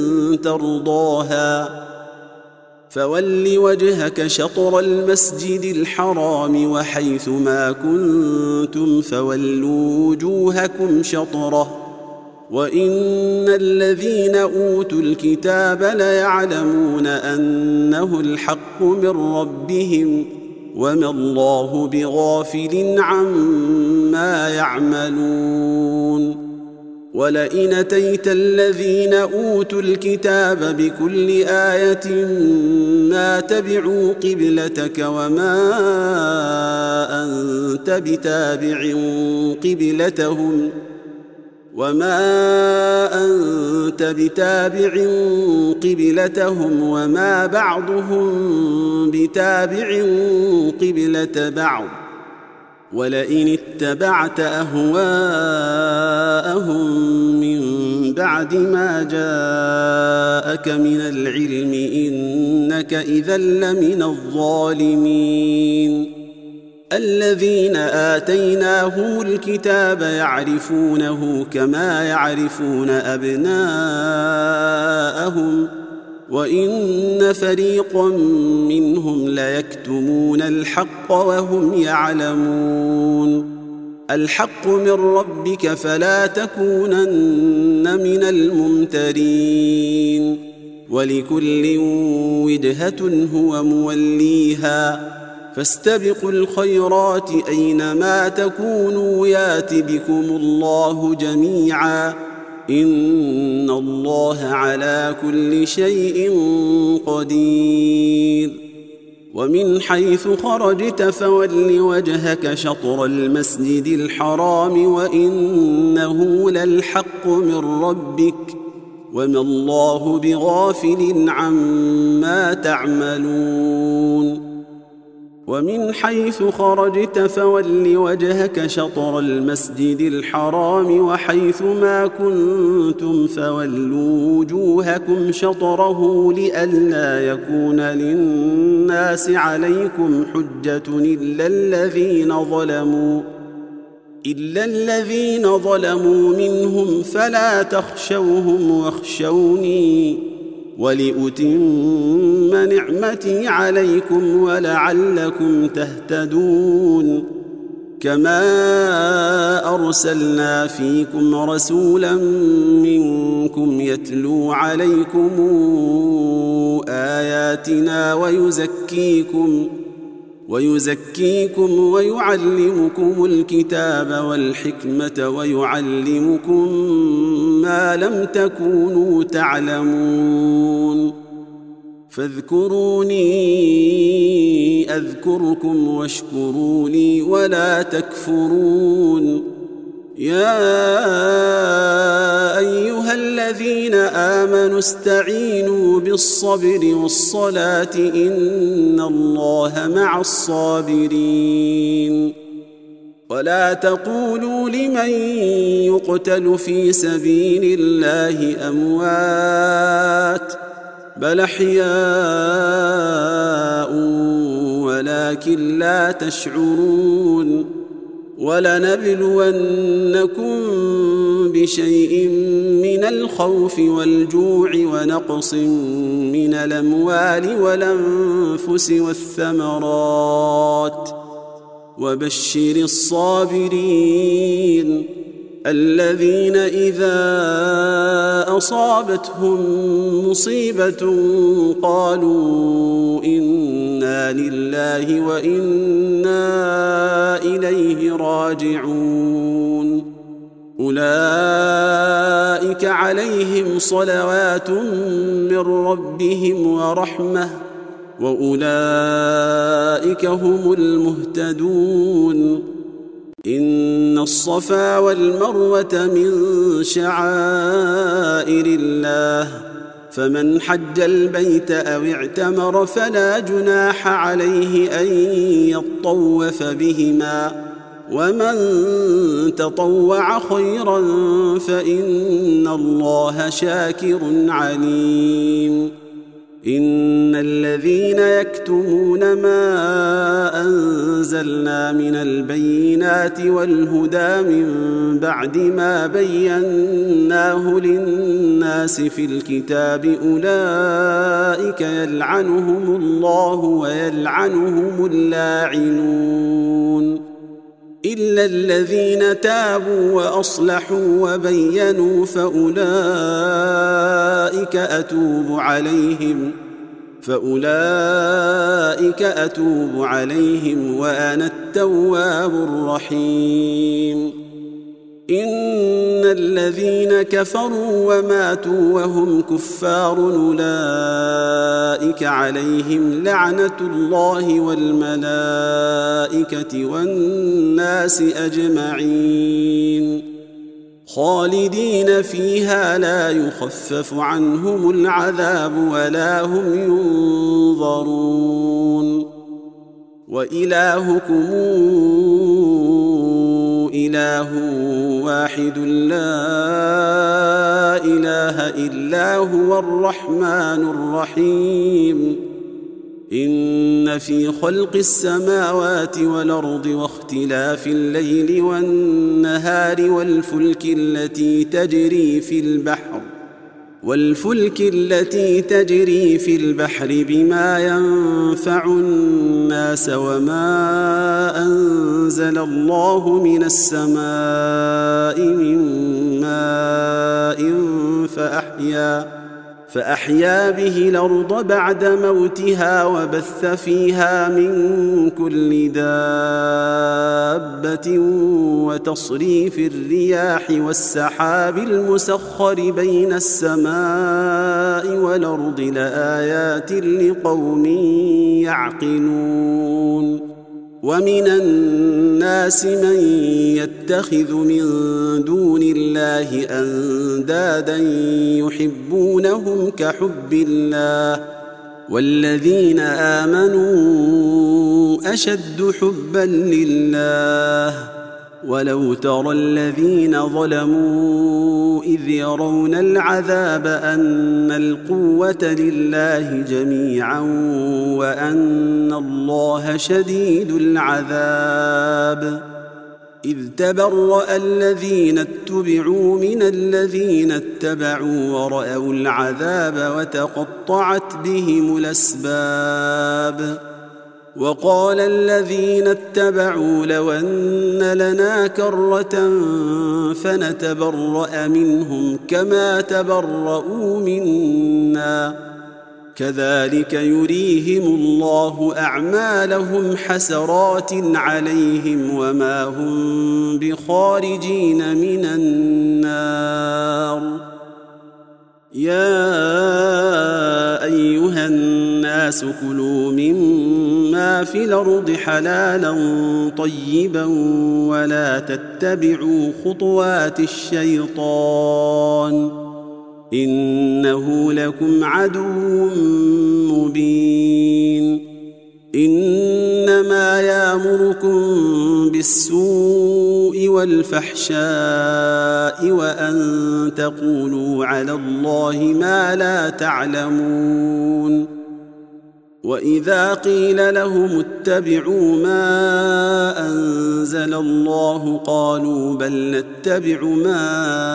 ترضاها فول وجهك شطر المسجد الحرام وحيث ما كنتم فولوا وجوهكم شطره وإن الذين أوتوا الكتاب ليعلمون أنه الحق من ربهم وما الله بغافل عما يعملون. ولئن أتيت الذين أوتوا الكتاب بكل آية ما تبعوا قبلتك وما أنت بتابع قبلتهم وما أنت بتابع قبلتهم وما بعضهم بتابع قبلة بعض ولئن اتبعت أهواءهم من بعد ما جاءك من العلم إنك إذا لمن الظالمين. الذين آتيناهم الكتاب يعرفونه كما يعرفون أبناءهم وإن فريقا منهم ليكتمون الحق وهم يعلمون. الحق من ربك فلا تكونن من الممترين ولكل وجهة هو موليها فاستبقوا الخيرات أينما تكونوا يات بكم الله جميعا إن الله على كل شيء قدير. ومن حيث خرجت فول وجهك شطر المسجد الحرام وإنه للحق من ربك وما الله بغافل عما تعملون ومن حيث خرجت فول وجهك شطر المسجد الحرام وحيث ما كنتم فولوا وجوهكم شطره لئلا يكون للناس عليكم حجة إلا الذين ظلموا إلا الذين ظلموا منهم فلا تخشوهم واخشوني ولأتم نعمتي عليكم ولعلكم تهتدون كما أرسلنا فيكم رسولا منكم يتلو عليكم آياتنا ويزكيكم ويزكيكم ويعلمكم الكتاب والحكمة ويعلمكم ما لم تكونوا تعلمون فاذكروني أذكركم واشكروا لي ولا تكفرون يا أيها الذين آمنوا استعينوا بالصبر والصلاة إن الله مع الصابرين ولا تقولوا لمن يقتل في سبيل الله أموات بل أحياء ولكن لا تشعرون ولنبلونكم بشيء من الخوف والجوع ونقص من الأموال والأنفس والثمرات وبشر الصابرين الذين إذا أصابتهم مصيبة قالوا إنا لله وإنا إليه راجعون أولئك عليهم صلوات من ربهم ورحمة وأولئك هم المهتدون إن الصفا والمروة من شعائر الله فمن حج البيت أو اعتمر فلا جناح عليه أن يطوف بهما ومن تطوع خيرا فإن الله شاكر عليم إن الذين يكتمون ما أنزلنا من البينات والهدى من بعد ما بيناه للناس في الكتاب أولئك يلعنهم الله ويلعنهم اللاعنون إلا الذين تابوا وأصلحوا وبينوا فأولئك أتوب عليهم فأولئك أتوب عليهم وأنا التواب الرحيم إن الذين كفروا وماتوا وهم كفار أولئك عليهم لعنة الله والملائكة والناس أجمعين خالدين فيها لا يخفف عنهم العذاب ولا هم ينظرون وإلهكم إله واحد لا إله إلا هو الرحمن الرحيم إن في خلق السماوات والأرض واختلاف الليل والنهار والفلك التي تجري في البحر والفلك التي تجري في البحر بما ينفع الناس وما أنزل الله من السماء من ماء فأحيا فأحيا به الأرض بعد موتها وبث فيها من كل دابة وتصريف الرياح والسحاب المسخر بين السماء والأرض لآيات لقوم يعقلون ومن الناس من يتخذ من دون الله أندادا يحبونهم كحب الله والذين آمنوا أشد حبا لله ولو ترى الذين ظلموا إذ يرون العذاب أن القوة لله جميعا وأن الله شديد العذاب إذ تبرأ الذين اتبعوا من الذين اتبعوا ورأوا العذاب وتقطعت بهم الأسباب وقال الذين اتبعوا لو أن لنا كرة فنتبرأ منهم كما تبرؤوا منا كذلك يريهم الله أعمالهم حسرات عليهم وما هم بخارجين من النار يا أيها الناس كلوا مما في الأرض حلالا طيبا ولا تتبعوا خطوات الشيطان إنه لكم عدو مبين إنما يأمركم بالسوء والفحشاء وأن تقولوا على الله ما لا تعلمون وإذا قيل لهم اتبعوا ما أنزل الله قالوا بل نتبع ما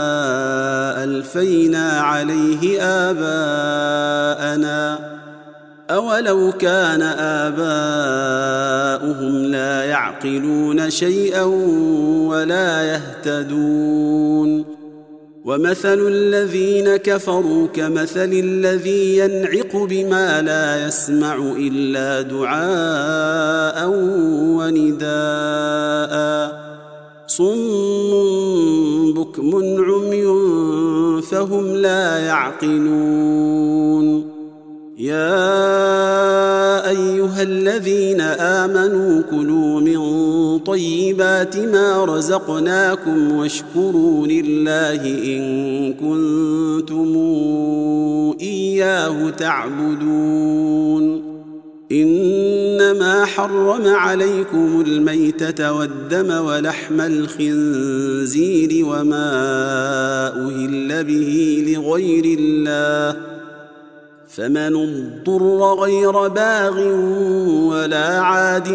ألفينا عليه آباءنا أولو كان آباؤهم لا يعقلون شيئا ولا يهتدون ومثل الذين كفروا كمثل الذي ينعق بما لا يسمع إلا دعاء ونداء صم بكم عمي فهم لا يعقلون يا أيها الذين آمنوا كلوا من طيبات ما رزقناكم واشكروا لله إن كنتم إياه تعبدون إنما حرم عليكم الميتة والدم ولحم الخنزير وما أهل به لغير الله فمن اضطر غير باغ ولا عاد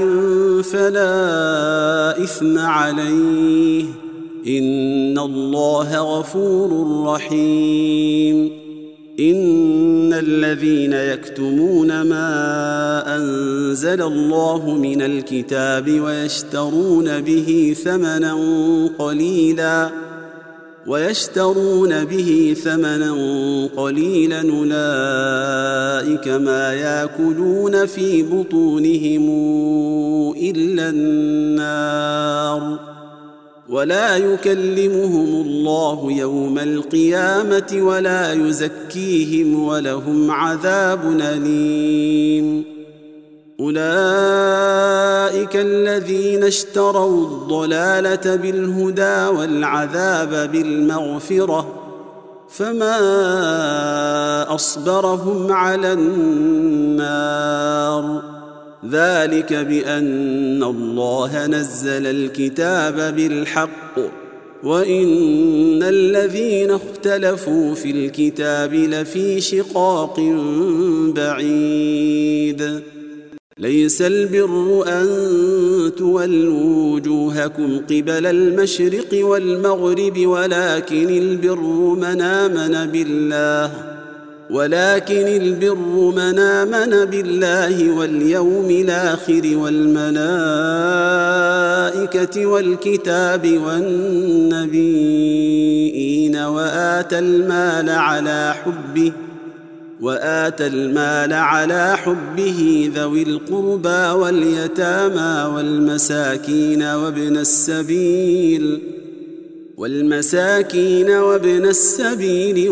فلا إثم عليه إن الله غفور رحيم إن الذين يكتمون ما أنزل الله من الكتاب ويشترون به ثمنا قليلا ويشترون به ثمنا قليلا أولئك ما يأكلون في بطونهم إلا النار ولا يكلمهم الله يوم القيامة ولا يزكيهم ولهم عذاب أليم أولئك الذين اشتروا الضلالة بالهدى والعذاب بالمغفرة فما أصبرهم على النار ذلك بأن الله نزل الكتاب بالحق وإن الذين اختلفوا في الكتاب لفي شقاق بعيد ليس البر أن تولوا وجوهكم قبل المشرق والمغرب ولكن البر من آمن بالله ولكن البر من آمن بالله واليوم الآخر والملائكة والكتاب والنبيين وآتى المال على حبه وآتى المال على حبه ذوي القربى واليتامى والمساكين وابن السبيل والمساكين وابن السبيل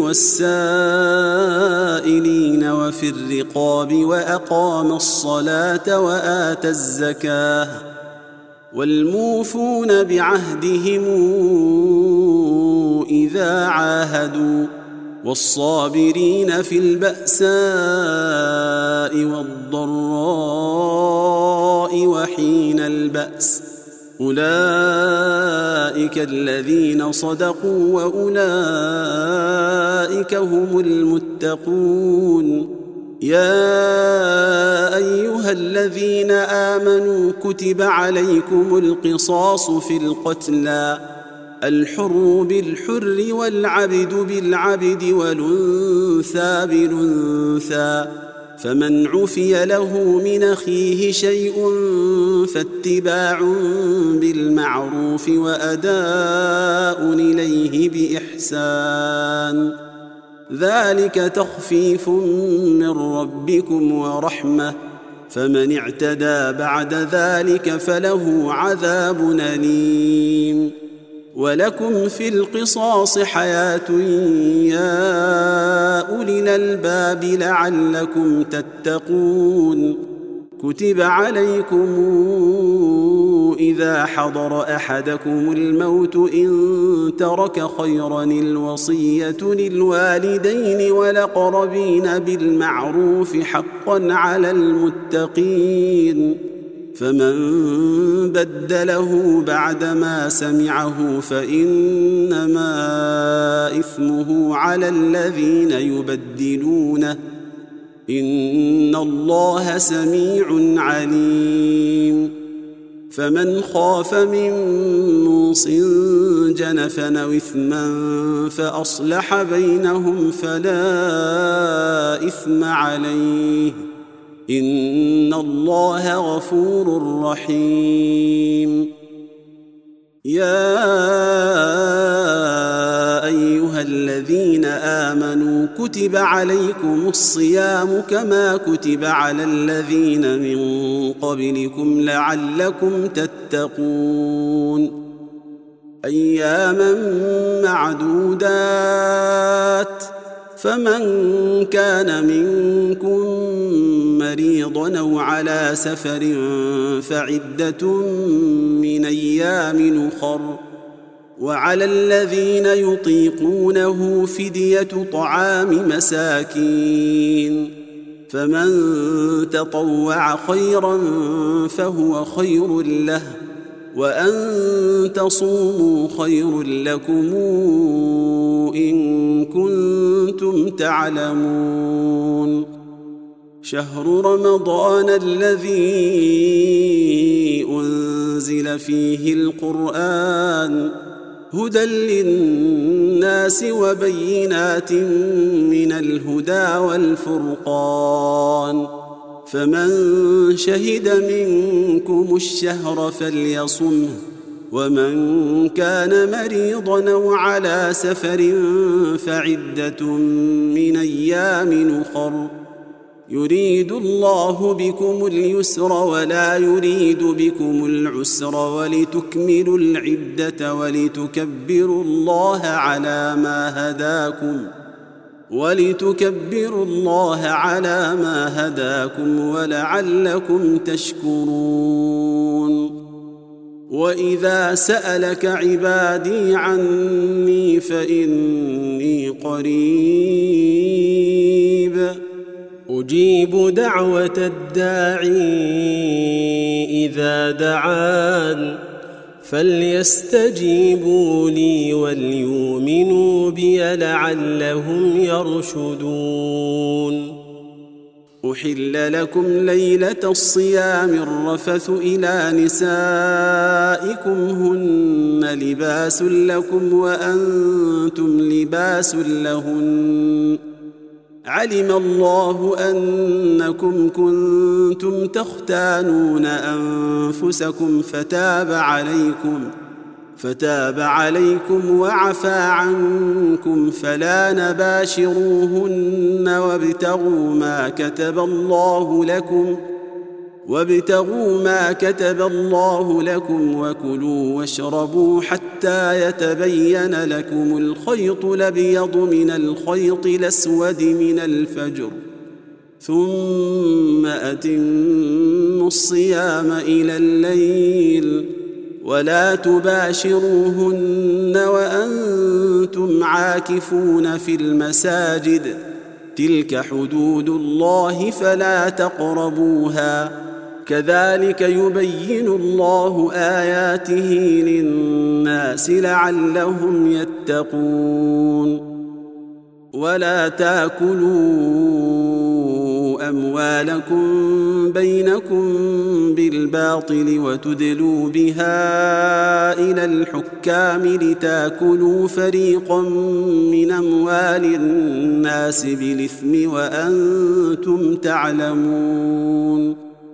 والسائلين وفي الرقاب وأقام الصلاة وآتى الزكاة والموفون بعهدهم إذا عاهدوا والصابرين في البأساء والضراء وحين البأس أولئك الذين صدقوا وأولئك هم المتقون. يا أيها الذين آمنوا كتب عليكم القصاص في القتلى الحر بالحر والعبد بالعبد والأنثى بالأنثى فمن عفي له من أخيه شيء فاتباع بالمعروف وأداء إليه بإحسان ذلك تخفيف من ربكم ورحمة فمن اعتدى بعد ذلك فله عذاب أليم. ولكم في القصاص حياة يا أولي الألباب لعلكم تتقون. كتب عليكم إذا حضر أحدكم الموت إن ترك خيرا الوصية للوالدين والأقربين بالمعروف حقا على المتقين فمن بدله بعدما سمعه فإنما إثمه على الذين يبدلونه إن الله سميع عليم. فمن خاف من موص جنفا أو إثما فأصلح بينهم فلا إثم عليه إن الله غفور رحيم. يا أيها الذين آمنوا كتب عليكم الصيام كما كتب على الذين من قبلكم لعلكم تتقون أياما معدودات فمن كان منكم مريضا أو على سفر فعدة من أيام أخر وعلى الذين يطيقونه فدية طعام مساكين فمن تطوع خيرا فهو خير له وأن تصوموا خير لكم إن كنتم تعلمون. شهر رمضان الذي أنزل فيه القرآن هدى للناس وبينات من الهدى والفرقان فمن شهد منكم الشهر فليصمه ومن كان مريضا أو على سفر فعدة من أيام أخر يريد الله بكم اليسر ولا يريد بكم العسر ولتكملوا العدة ولتكبروا الله على ما هداكم ولتكبروا الله على ما هداكم ولعلكم تشكرون. وإذا سألك عبادي عني فإني قريب أجيب دعوة الداعي إذا دعان فليستجيبوا لي وليؤمنوا بي لعلهم يرشدون. أحل لكم ليلة الصيام الرفث إلى نسائكم هن لباس لكم وأنتم لباس لهن علم الله أنكم كنتم تختانون أنفسكم فتاب عليكم فتاب عليكم وعفى عنكم فلا نباشروهن وابتغوا ما كتب الله لكم وابتغوا ما كتب الله لكم وكلوا واشربوا حتى يتبين لكم الخيط الأبيض من الخيط الأسود من الفجر ثم أتموا الصيام إلى الليل ولا تباشروهن وأنتم عاكفون في المساجد تلك حدود الله فلا تقربوها كذلك يبين الله آياته للناس لعلهم يتقون ولا تاكلوا أموالكم بينكم بالباطل وتدلوا بها إلى الحكام لتاكلوا فريقا من أموال الناس بالإثم وأنتم تعلمون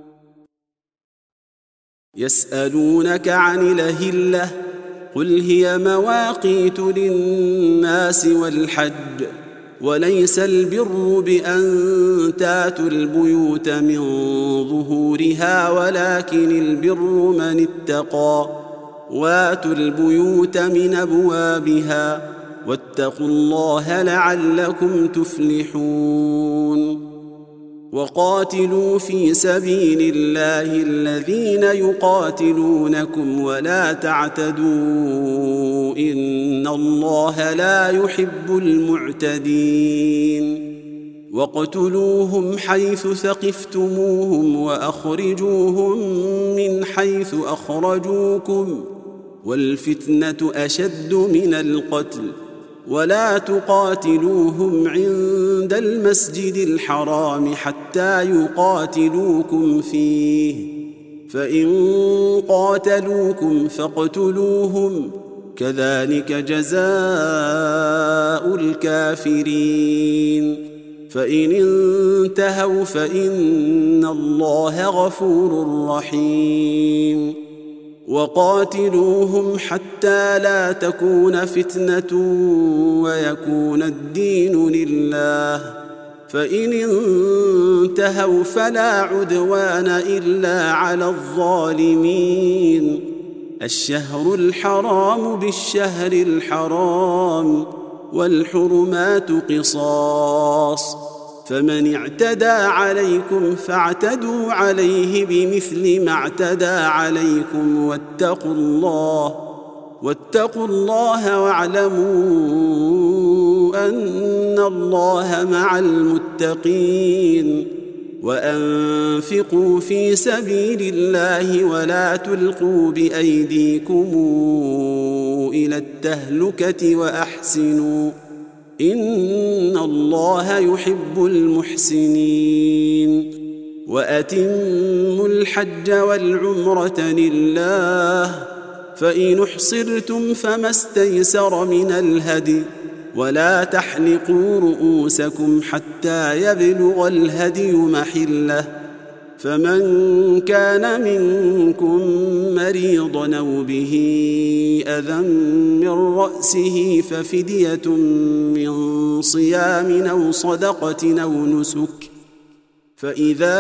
يسألونك عن الأهلة قل هي مواقيت للناس والحج وليس البر بأن تاتوا البيوت من ظهورها ولكن البر من اتقى واتوا البيوت من أبوابها واتقوا الله لعلكم تفلحون وقاتلوا في سبيل الله الذين يقاتلونكم ولا تعتدوا إن الله لا يحب المعتدين واقتلوهم حيث ثقفتموهم وأخرجوهم من حيث أخرجوكم والفتنة أشد من القتل ولا تقاتلوهم عند المسجد الحرام حتى يقاتلوكم فيه فإن قاتلوكم فاقتلوهم كذلك جزاء الكافرين فإن انتهوا فإن الله غفور رحيم وقاتلوهم حتى لا تكون فتنة ويكون الدين لله فإن انتهوا فلا عدوان إلا على الظالمين الشهر الحرام بالشهر الحرام والحرمات قصاص فمن اعتدى عليكم فاعتدوا عليه بمثل ما اعتدى عليكم واتقوا الله واتقوا الله واعلموا أن الله مع المتقين وأنفقوا في سبيل الله ولا تلقوا بأيديكم إلى التهلكة وأحسنوا إن الله يحب المحسنين وأتموا الحج والعمرة لله فإن احصرتم فما استيسر من الهدي ولا تحلقوا رؤوسكم حتى يبلغ الهدي محله فمن كان منكم مريضا أو به أذى من رأسه ففدية من صيام أو صدقة أو نسك فإذا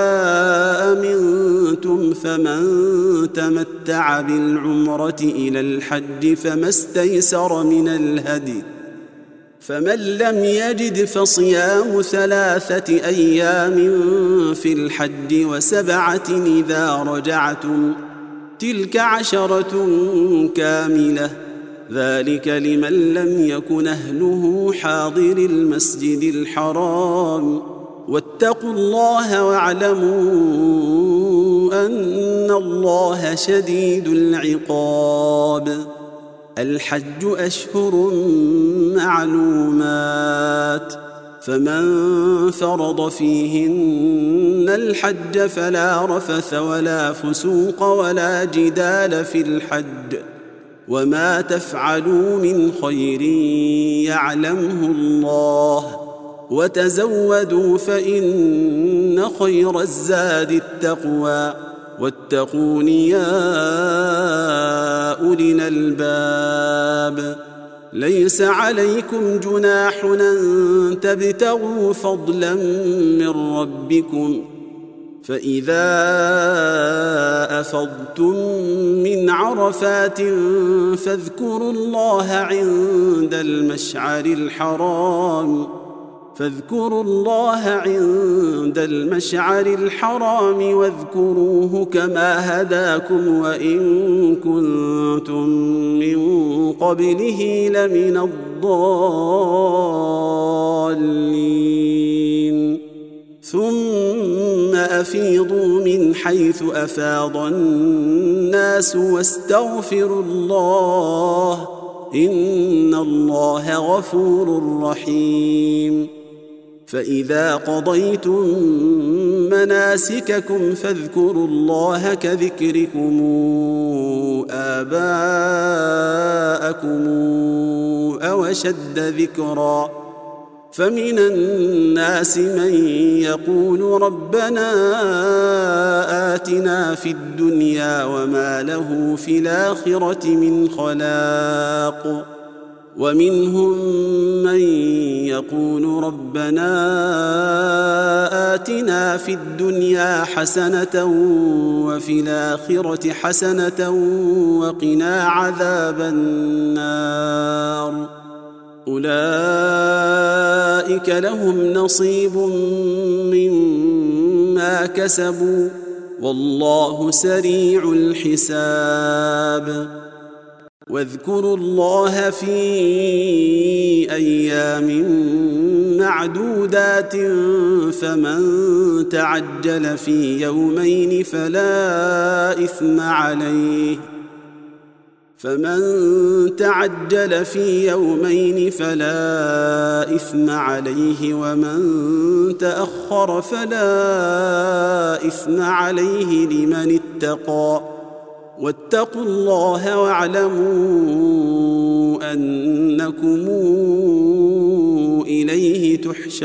أمنتم فمن تمتع بالعمرة إلى الحج فما استيسر من الهدي فمن لم يجد فصيام ثلاثة أيام في الحج وسبعة إذا رجعتم تلك عشرة كاملة ذلك لمن لم يكن أهله حاضر المسجد الحرام واتقوا الله واعلموا أن الله شديد العقاب الحج أشهر معلومات فمن فرض فيهن الحج فلا رفث ولا فسوق ولا جدال في الحج وما تفعلوا من خير يعلمه الله وتزودوا فإن خير الزاد التقوى واتقون يا أولي الألباب ليس عليكم جناح أن تبتغوا فضلا من ربكم فإذا أفضتم من عرفات فاذكروا الله عند المشعر الحرام فاذكروا الله عند المشعر الحرام واذكروه كما هداكم وإن كنتم من قبله لمن الضالين ثم أفيضوا من حيث أفاض الناس واستغفروا الله إن الله غفور رحيم فإذا قضيتم مناسككم فاذكروا الله كذكركم آباءكم أو أشد ذكرا فمن الناس من يقول ربنا آتنا في الدنيا وما له في الآخرة من خلاق ومنهم من يقول ربنا آتنا في الدنيا حسنة وفي الآخرة حسنة وقنا عذاب النار أولئك لهم نصيب مما كسبوا والله سريع الحساب واذكروا الله في أيام معدودات فمن تعجل في يومين فلا إثم عليه فمن تعجل في يومين فلا إثم عليه ومن تأخر فلا إثم عليه لمن اتقى واتقوا الله واعلموا أنكم إليه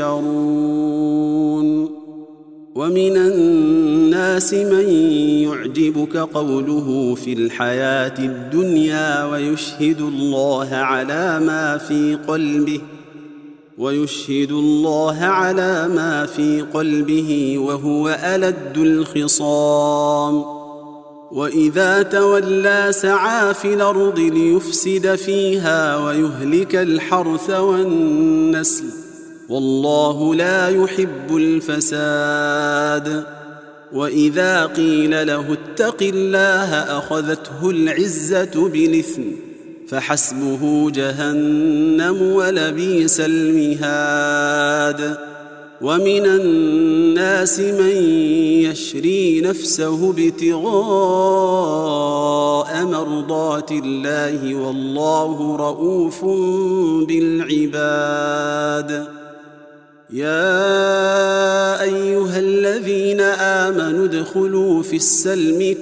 تحشرون ومن الناس من يعجبك قوله في الحياة الدنيا ويشهد الله على ما في قلبه ويشهد الله على ما في قلبه وهو ألد الخصام وإذا تولى سعى في الأرض ليفسد فيها ويهلك الحرث والنسل والله لا يحب الفساد وإذا قيل له اتق الله أخذته العزة بالإثم فحسبه جهنم ولبئس المهاد ومن الناس من يشري نفسه ابتغاء مرضات الله والله رؤوف بالعباد يا أيها الذين آمنوا ادخلوا في السلم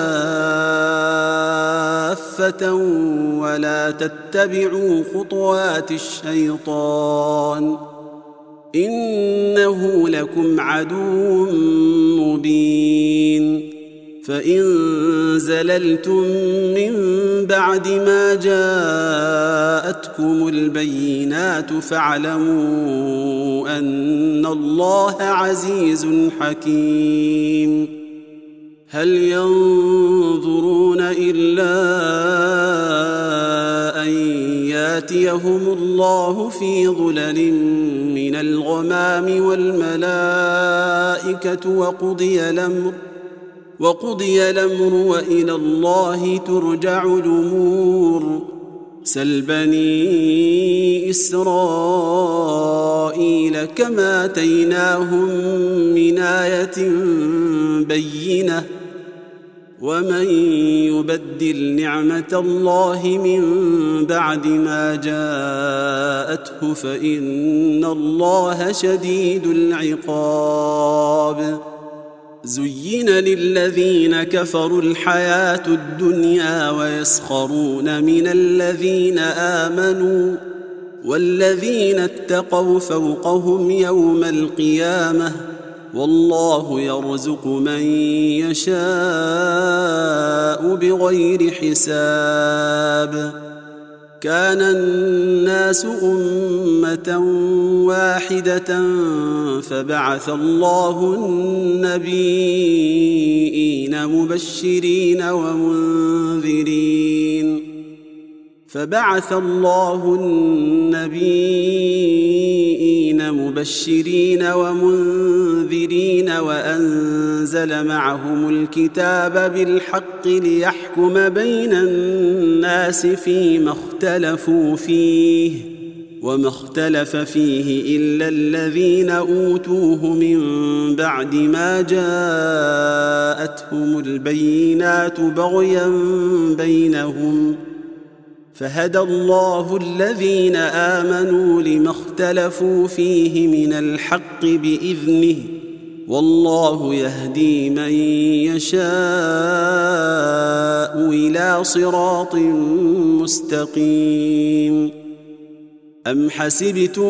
كافة ولا تتبعوا خطوات الشيطان إنه لكم عدو مبين فإن زللتم من بعد ما جاءتكم البينات فاعلموا أن الله عزيز حكيم هل ينظرون إلا أن ياتيهم الله في ظلل من الغمام والملائكة وقضي الأمر وقضي الأمر وإلى الله ترجع الأمور سل بني إسرائيل كما آتيناهم من آية بينة ومن يبدل نعمة الله من بعد ما جاءته فإن الله شديد العقاب زين للذين كفروا الحياة الدنيا ويسخرون من الذين آمنوا والذين اتقوا فوقهم يوم القيامة والله يرزق من يشاء بغير حساب كان الناس أمة واحدة فبعث الله النبيين مبشرين ومنذرين فبعث الله النبيين مبشرين ومنذرين وأنزل معهم الكتاب بالحق ليحكم بين الناس فيما اختلفوا فيه وما اختلف فيه إلا الذين أوتوه من بعد ما جاءتهم البينات بغيا بينهم فهدى الله الذين آمنوا لما اختلفوا فيه من الحق بإذنه والله يهدي من يشاء إلى صراط مستقيم. أم حسبتم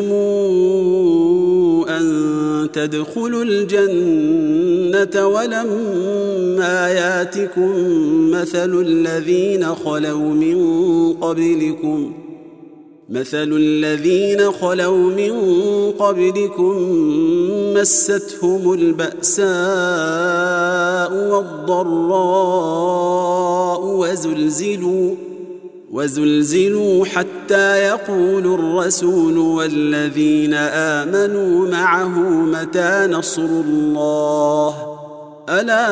أن تدخلوا الجنة ولما ياتكم مثل الذين خلوا من قبلكم مثل الذين خلوا من قبلكم مستهم البأساء والضراء وزلزلوا وزلزلوا حتى يقول الرسول والذين آمنوا معه متى نصر الله ألا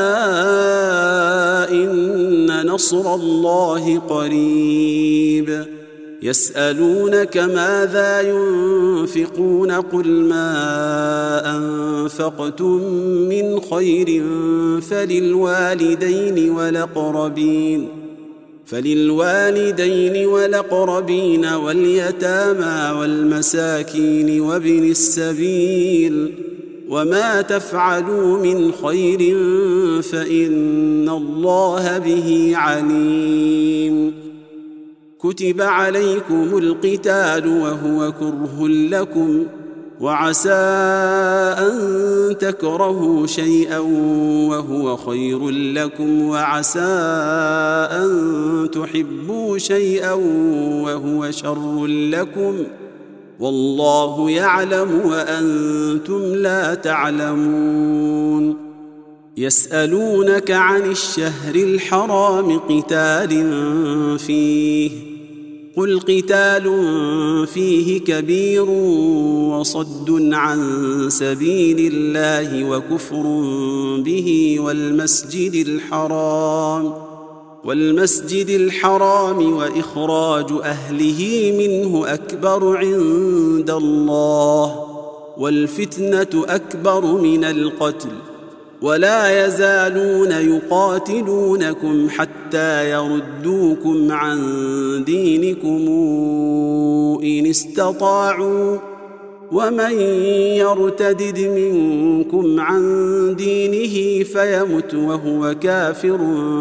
إن نصر الله قريب. يسألونك ماذا ينفقون قل ما أنفقتم من خير فللوالدين والأقربين فللوالدين والأقربين واليتامى والمساكين وابن السبيل وما تفعلوا من خير فإن الله به عليم. كتب عليكم القتال وهو كره لكم وعسى أن تكرهوا شيئا وهو خير لكم وعسى أن تحبوا شيئا وهو شر لكم والله يعلم وأنتم لا تعلمون. يسألونك عن الشهر الحرام قتال فيه قل قتال فيه كبير وصد عن سبيل الله وكفر به والمسجد الحرام والمسجد الحرام وإخراج أهله منه أكبر عند الله والفتنة أكبر من القتل ولا يزالون يقاتلونكم حتى يردوكم عن دينكم إن استطاعوا ومن يرتدد منكم عن دينه فيمت وهو كافر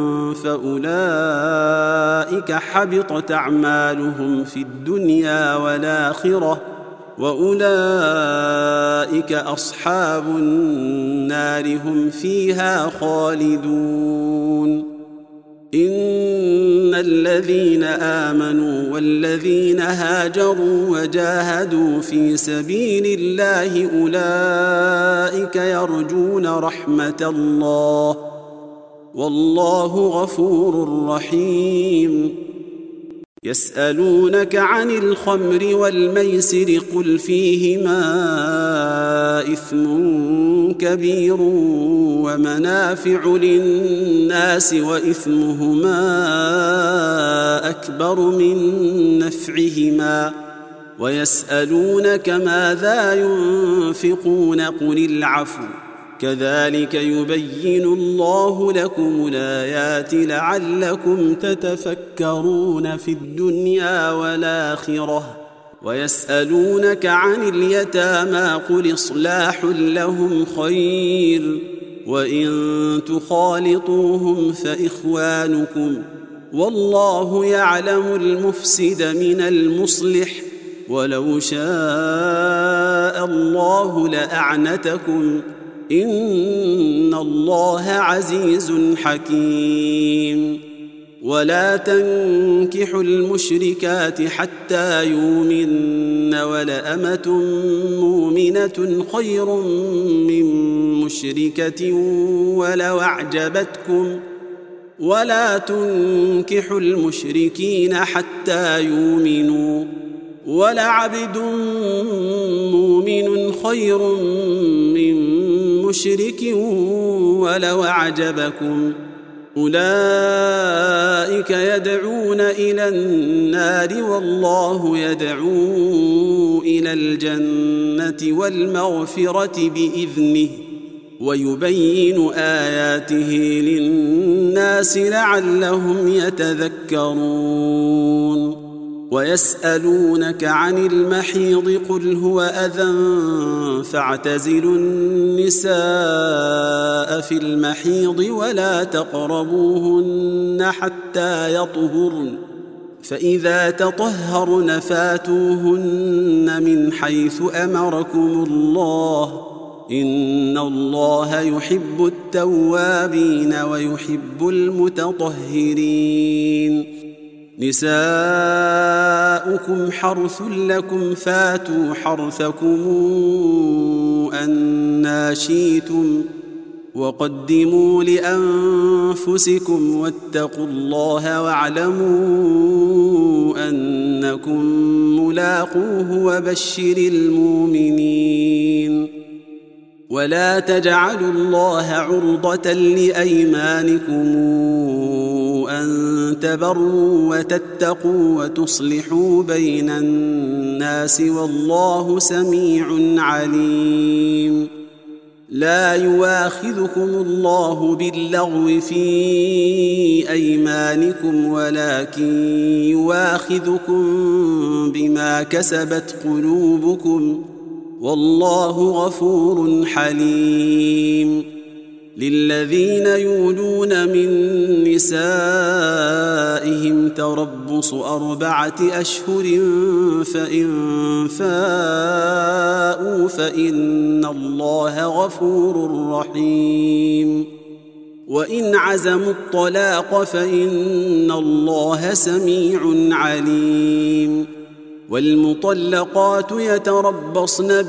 فأولئك حبطت أعمالهم في الدنيا والآخرة وأولئك أصحاب النار هم فيها خالدون. إن الذين آمنوا والذين هاجروا وجاهدوا في سبيل الله أولئك يرجون رحمة الله والله غفور رحيم. يسألونك عن الخمر والميسر قل فيهما إثم كبير ومنافع للناس وإثمهما أكبر من نفعهما ويسألونك ماذا ينفقون قل العفو كذلك يبين الله لكم الآيات لعلكم تتفكرون في الدنيا والآخرة. ويسألونك عن اليتامى قل إصلاح لهم خير وإن تخالطوهم فإخوانكم والله يعلم المفسد من المصلح ولو شاء الله لأعنتكم إن الله عزيز حكيم. ولا تنكحوا المشركات حتى يؤمن ولأمة مؤمنة خير من مشركة ولو أعجبتكم ولا تنكحوا المشركين حتى يؤمنوا ولعبد مؤمن خير من مشرك ولو أعجبكم أولئك يدعون إلى النار والله يدعو إلى الجنة والمغفرة بإذنه ويبين آياته للناس لعلهم يتذكرون ويسألونك عن المحيض قل هو أذى فاعتزلوا النساء في المحيض ولا تقربوهن حتى يطهرن فإذا تطهرن فاتوهن من حيث أمركم الله إن الله يحب التوابين ويحب المتطهرين نساؤكم حرث لكم فاتوا حرثكم أنى شئتم وقدموا لأنفسكم واتقوا الله واعلموا أنكم ملاقوه وبشر المؤمنين ولا تجعلوا الله عرضة لأيمانكم أن تبروا وتتقوا وتصلحوا بين الناس والله سميع عليم لا يؤاخذكم الله باللغو في أيمانكم ولكن يؤاخذكم بما كسبت قلوبكم والله غفور حليم للذين يولون من نسائهم تربص أربعة أشهر فإن فاءوا فإن الله غفور رحيم وإن عزموا الطلاق فإن الله سميع عليم والمطلقات يتربصن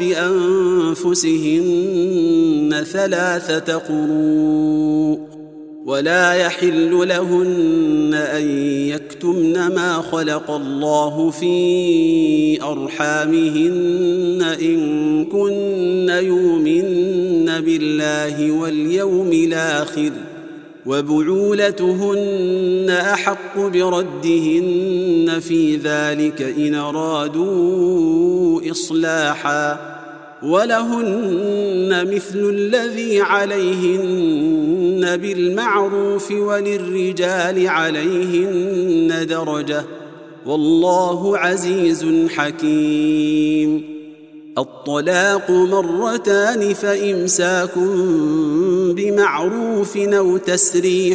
بأنفسهن ثلاثة قروء ولا يحل لهن أن يكتمن ما خلق الله في أرحامهن إن كن يؤمن بالله واليوم الآخر وبعولتهن أحق بردهن في ذلك إن أرادوا إصلاحا ولهن مثل الذي عليهن بالمعروف وللرجال عليهن درجة والله عزيز حكيم الطلاق مرتان فإمساك بمعروف أو تسريح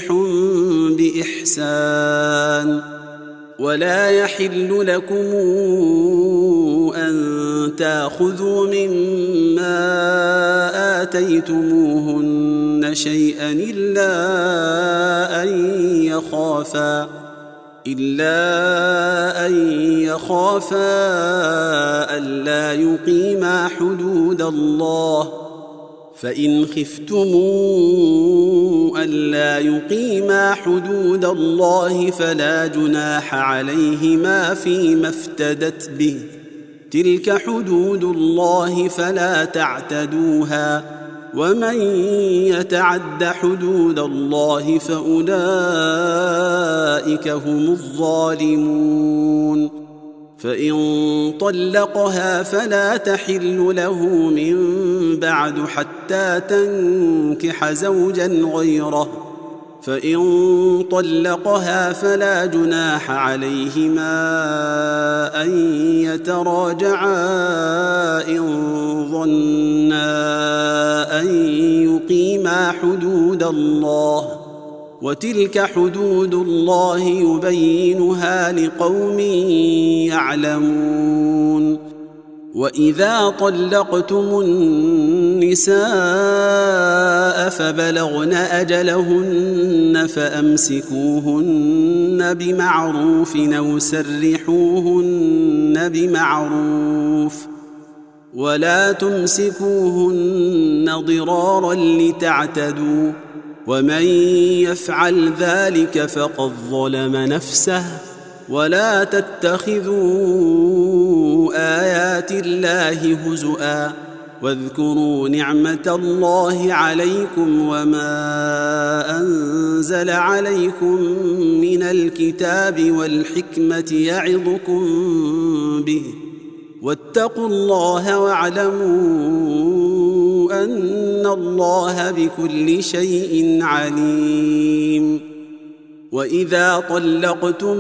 بإحسان ولا يحل لكم أن تأخذوا مما آتيتموهن شيئا إلا أن يخافا إلا أن يخافا ألا يقيما حدود الله فإن خفتموا ألا يقيما حدود الله فلا جناح عليهما فيما افتدت به تلك حدود الله فلا تعتدوها ومن يتعد حدود الله فأولئك هم الظالمون فإن طلقها فلا تحل له من بعد حتى تنكح زوجا غيره فإن طلقها فلا جناح عليهما أن يتراجعا إن ظنا أن يقيما حدود الله وتلك حدود الله يبينها لقوم يعلمون وإذا طلقتم النساء فبلغن أجلهن فأمسكوهن بمعروف أو سرحوهن بمعروف ولا تمسكوهن ضرارا لتعتدوا ومن يفعل ذلك فقد ظلم نفسه. ولا تتخذوا آيات الله هزؤا واذكروا نعمة الله عليكم وما أنزل عليكم من الكتاب والحكمة يعظكم به، واتقوا الله واعلموا أن الله بكل شيء عليم. وإذا طلقتم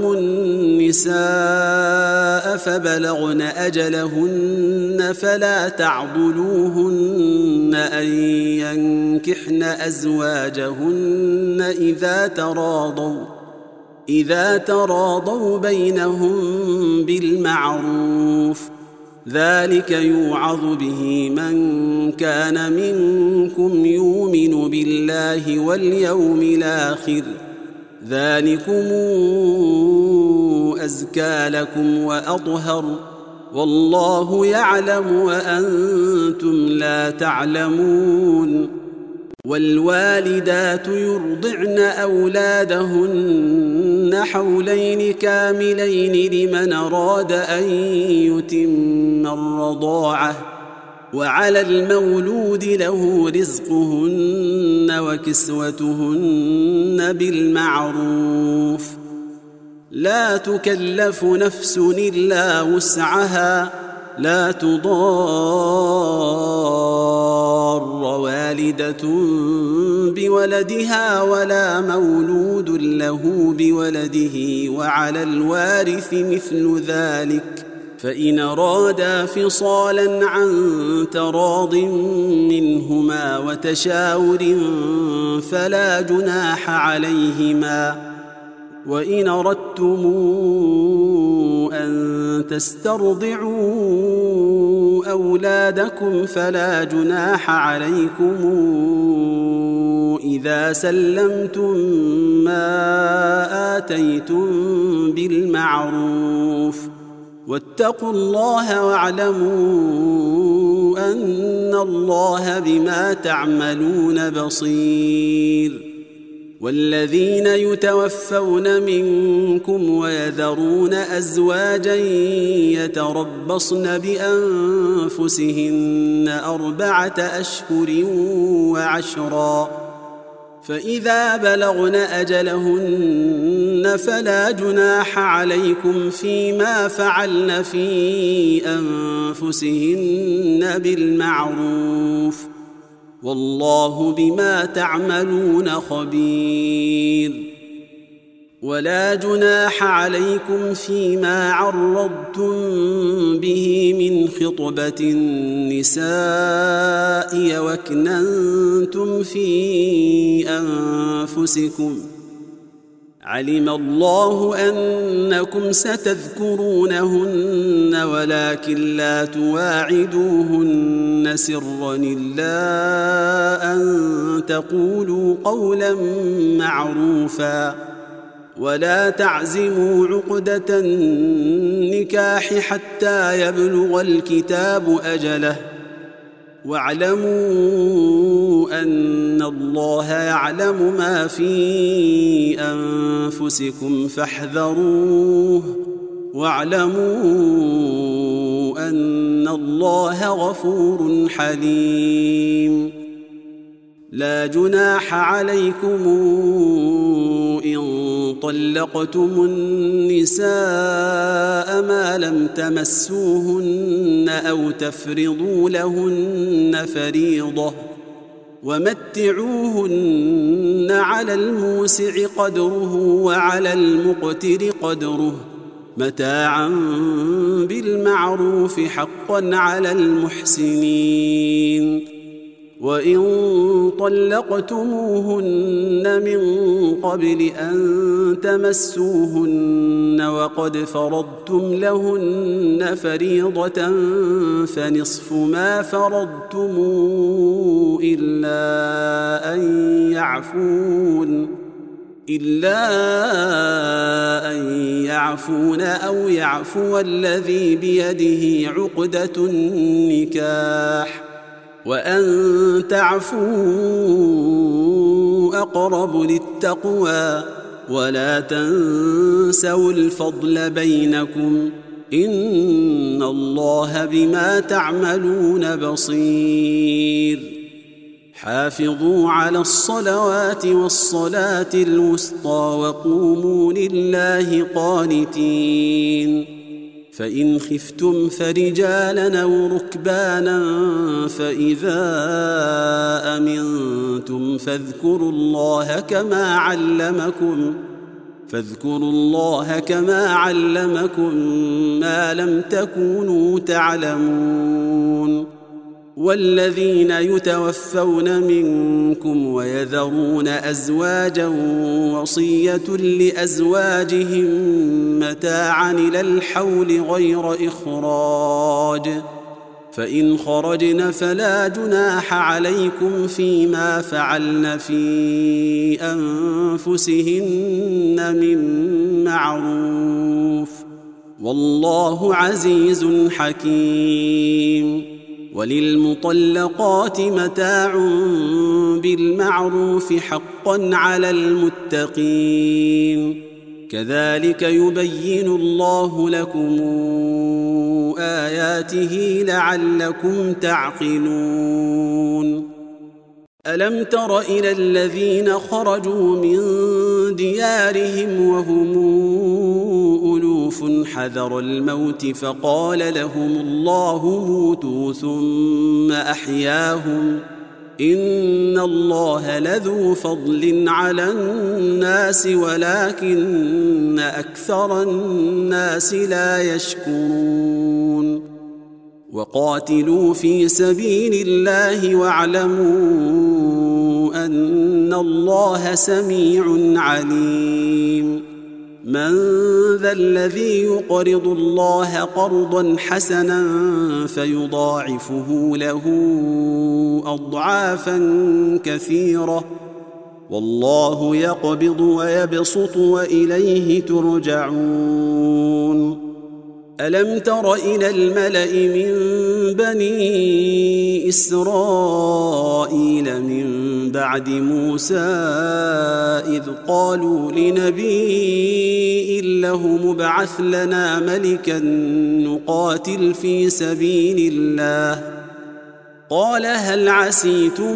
النساء فبلغن أجلهن فلا تعضلوهن أن ينكحن أزواجهن إذا تراضوا إذا تراضوا بينهم بالمعروف، ذلك يوعظ به من كان منكم يؤمن بالله واليوم الآخر، ذلكم أزكى لكم وأطهر، والله يعلم وأنتم لا تعلمون. والوالدات يرضعن أولادهن حولين كاملين لمن أراد أن يتم الرضاعة، وعلى المولود له رزقهن وكسوتهن بالمعروف، لا تكلف نفس إلا وسعها، لا تضار والدة بولدها ولا مولود له بولده، وعلى الوارث مثل ذلك، فإن أرادا فصالا عن تراض منهما وتشاور فلا جناح عليهما. وإن أردتم أن تسترضعوا أولادكم فلا جناح عليكم إذا سلمتم ما آتيتم بالمعروف، واتقوا الله واعلموا أن الله بما تعملون بصير. والذين يتوفون منكم ويذرون أزواجا يتربصن بأنفسهن أربعة أشهر وعشرا، فإذا بلغن أجلهن فلا جناح عليكم فيما فعلن في أنفسهن بالمعروف، والله بما تعملون خبير. ولا جناح عليكم فيما عرضتم به من خطبة النساء وأكننتم في أنفسكم، علم الله أنكم ستذكرونهن ولكن لا تواعدوهن سرا إلا أن تقولوا قولا معروفا، ولا تعزموا عقدة النكاح حتى يبلغ الكتاب أجله، واعلموا أن الله يعلم ما في أنفسكم فاحذروه، واعلموا أن الله غفور حليم. لا جناح عليكم إن طلقتم النساء ما لم تمسوهن أو تفرضوا لهن فريضة، ومتعوهن على الموسع قدره وعلى المقتر قدره متاعا بالمعروف حقا على المحسنين. وإن طلقتموهن من قبل أن تمسوهن وقد فرضتم لهن فريضة فنصف ما فرضتم إلا أن يعفون إلا أن يعفون أو يعفو الذي بيده عقدة النكاح، وأن تعفوا أقرب للتقوى ولا تنسوا الفضل بينكم إن الله بما تعملون بصير حافظوا على الصلوات والصلاة الوسطى وقوموا لله قانتين فإن خفتم فرجالا أو ركبانا فإذا أمنتم فاذكروا الله كما علمكم فاذكروا الله كما علمكم ما لم تكونوا تعلمون والذين يتوفون منكم ويذرون أزواجا وصية لأزواجهم متاعا إلى الحول غير إخراج فإن خرجن فلا جناح عليكم فيما فعلن في أنفسهن من معروف والله عزيز حكيم وللمطلقات متاع بالمعروف حقا على المتقين كذلك يبين الله لكم آياته لعلكم تعقلون ألم تر إلى الذين خرجوا من ديارهم وهم ألوف حذر الموت فقال لهم الله موتوا ثم أحياهم إن الله لذو فضل على الناس ولكن أكثر الناس لا يشكرون وقاتلوا في سبيل الله واعلموا أن الله سميع عليم من ذا الذي يقرض الله قرضا حسنا فيضاعفه له أضعافا كثيرة والله يقبض ويبسط وإليه ترجعون ألم تر إلى الملأ من بني إسرائيل من بعد موسى إذ قالوا لنبي له مبعث لنا ملكا نقاتل في سبيل الله قال هل عسيتم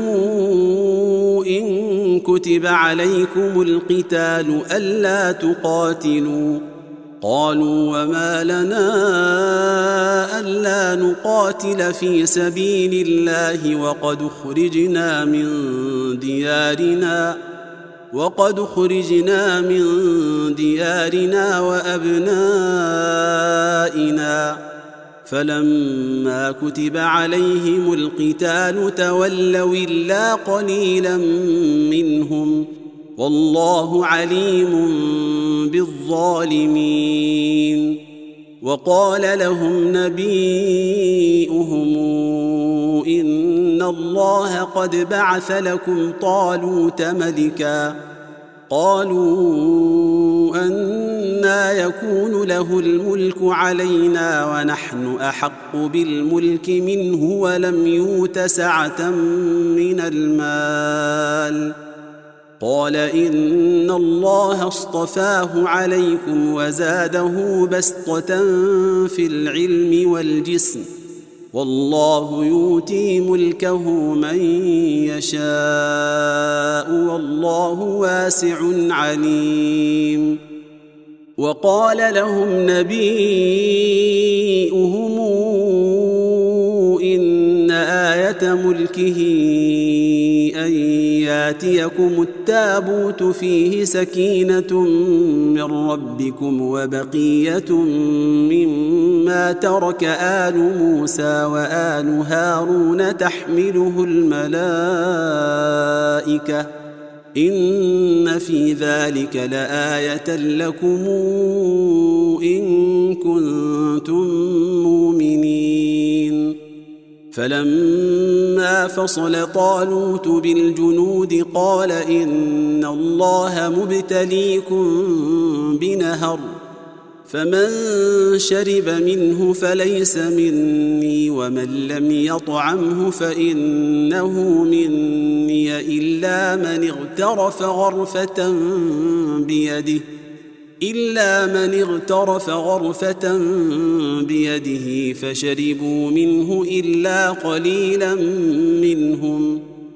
إن كتب عليكم القتال ألا تقاتلوا قالوا وما لنا ألا نقاتل في سبيل الله وقد خرجنا من ديارنا وقد خرجنا من ديارنا وأبنائنا فلما كتب عليهم القتال تولوا إلا قليلا منهم والله عليم بالظالمين وقال لهم نبيئهم إن الله قد بعث لكم طالوت ملكا قالوا أنى يكون له الملك علينا ونحن أحق بالملك منه ولم يؤت سعة من المال قال إن الله اصطفاه عليكم وزاده بسطة في العلم والجسم والله يؤتي ملكه من يشاء والله واسع عليم وقال لهم نبيئهم إن آية ملكه أن ياتيكم التابوت فيه سكينة من ربكم وبقية مما ترك آل موسى وآل هارون تحمله الملائكة إن في ذلك لآية لكم إن كنتم مؤمنين فلما فصل طالوت بالجنود قال إن الله مبتليكم بنهر فمن شرب منه فليس مني ومن لم يطعمه فإنه مني إلا من اغترف غرفة بيده إلا من اغترف غرفة بيده فشربوا منه إلا قليلا منهم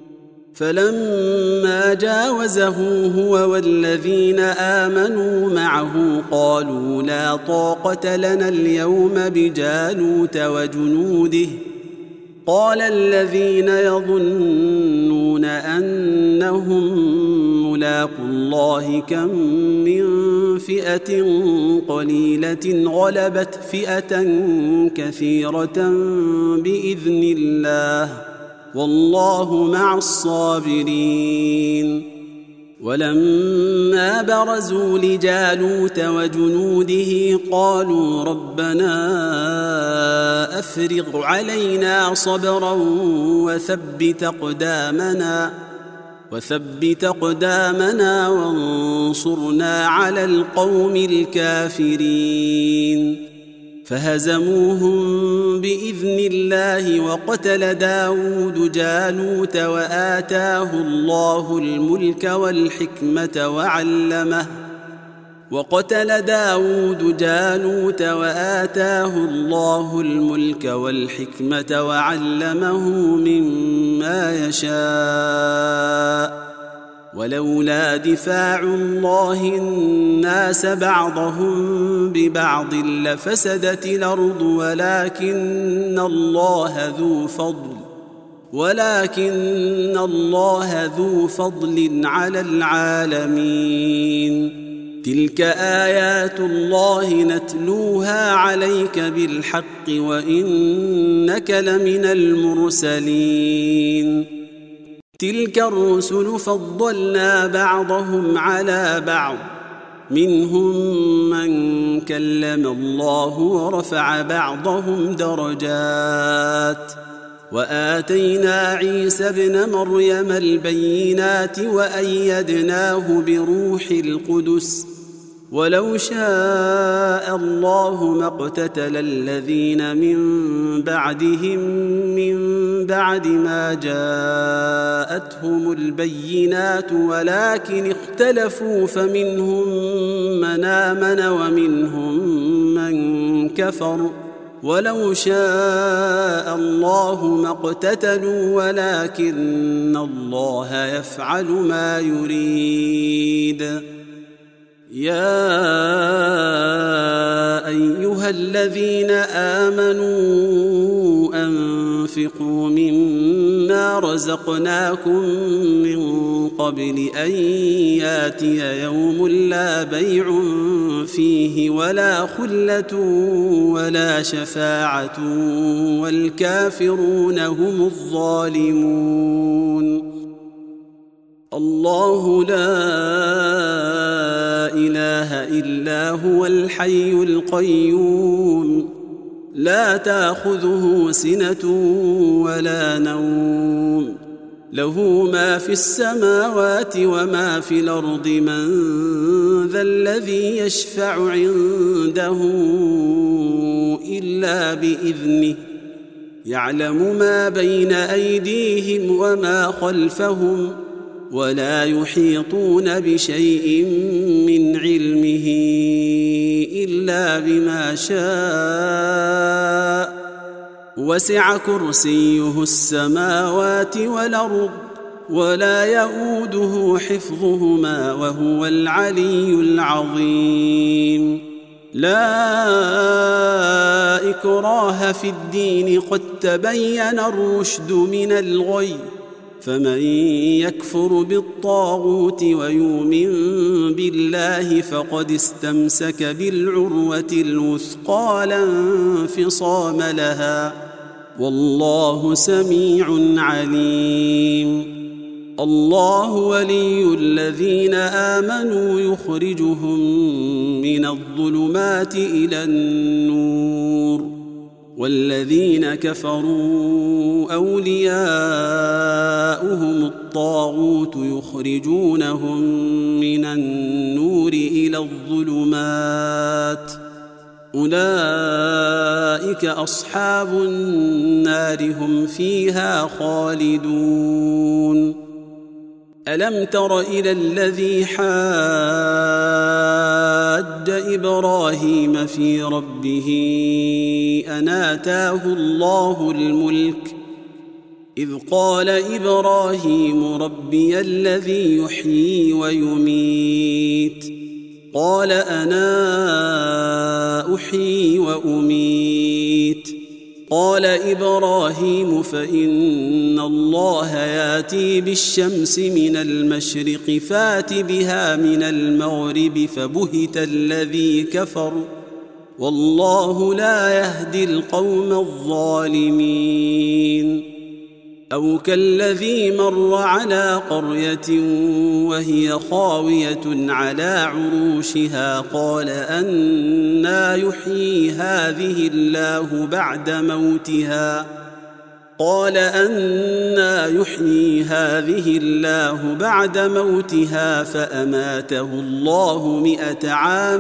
فلما جاوزه هو والذين آمنوا معه قالوا لا طاقة لنا اليوم بجالوت وجنوده قال الذين يظنون أنهم ملاقو الله كم من فئة قليلة غلبت فئة كثيرة بإذن الله والله مع الصابرين ولما برزوا لجالوت وجنوده قالوا ربنا أفرغ علينا صبرا وثبت أقدامنا وثبت أقدامنا وانصرنا على القوم الكافرين فهزموهم بإذن الله وقتل داود جالوت وآتاه الله الملك والحكمة وعلمه وقتل داود جالوت وآتاه الله الملك والحكمة وعلمه مما يشاء ولولا دفاع الله الناس بعضهم ببعض لفسدت الأرض ولكن الله ذو فضل ولكن الله ذو فضل على العالمين تلك آيات الله نتلوها عليك بالحق وإنك لمن المرسلين تلك الرسل فضلنا بعضهم على بعض منهم من كلم الله ورفع بعضهم درجات وآتينا عيسى ابن مريم البينات وأيدناه بروح القدس ولو شاء الله ما اقتتل الذين من بعدهم من بعد ما جاءتهم البينات ولكن اختلفوا فمنهم من آمن ومنهم من كفر ولو شاء الله ما اقتتلوا ولكن الله يفعل ما يريد يا أيها الذين آمنوا أنفقوا مما رزقناكم من قبل أن ياتي يوم لا بيع فيه ولا خلة ولا شفاعة والكافرون هم الظالمون الله لا إله إلا هو الحي القيوم لا تأخذه سنة ولا نوم له ما في السماوات وما في الأرض من ذا الذي يشفع عنده إلا بإذنه يعلم ما بين أيديهم وما خلفهم ولا يحيطون بشيء من علمه إلا بما شاء وسع كرسيه السماوات والأرض ولا يؤوده حفظهما وهو العلي العظيم لا إكراه في الدين قد تبين الرشد من الغي فمن يكفر بالطاغوت ويؤمن بالله فقد استمسك بالعروة الوثقى لا انفصام لها والله سميع عليم الله ولي الذين آمنوا يخرجهم من الظلمات إلى النور والذين كفروا أولياؤهم الطاغوت يخرجونهم من النور إلى الظلمات أولئك أصحاب النار هم فيها خالدون. ألم تر إلى الذي حاج إبراهيم في ربه أن آتاه الله الملك إذ قال إبراهيم ربي الذي يحيي ويميت قال أنا أحيي وأميت قال إبراهيم فإن الله يأتي بالشمس من المشرق فات بها من المغرب فبهت الذي كفر والله لا يهدي القوم الظالمين. أو كالذي مر على قرية وهي خاوية على عروشها قال أنى يحيي هذه الله بعد موتها قال أنى يحيي هذه الله بعد موتها فأماته الله مئة عام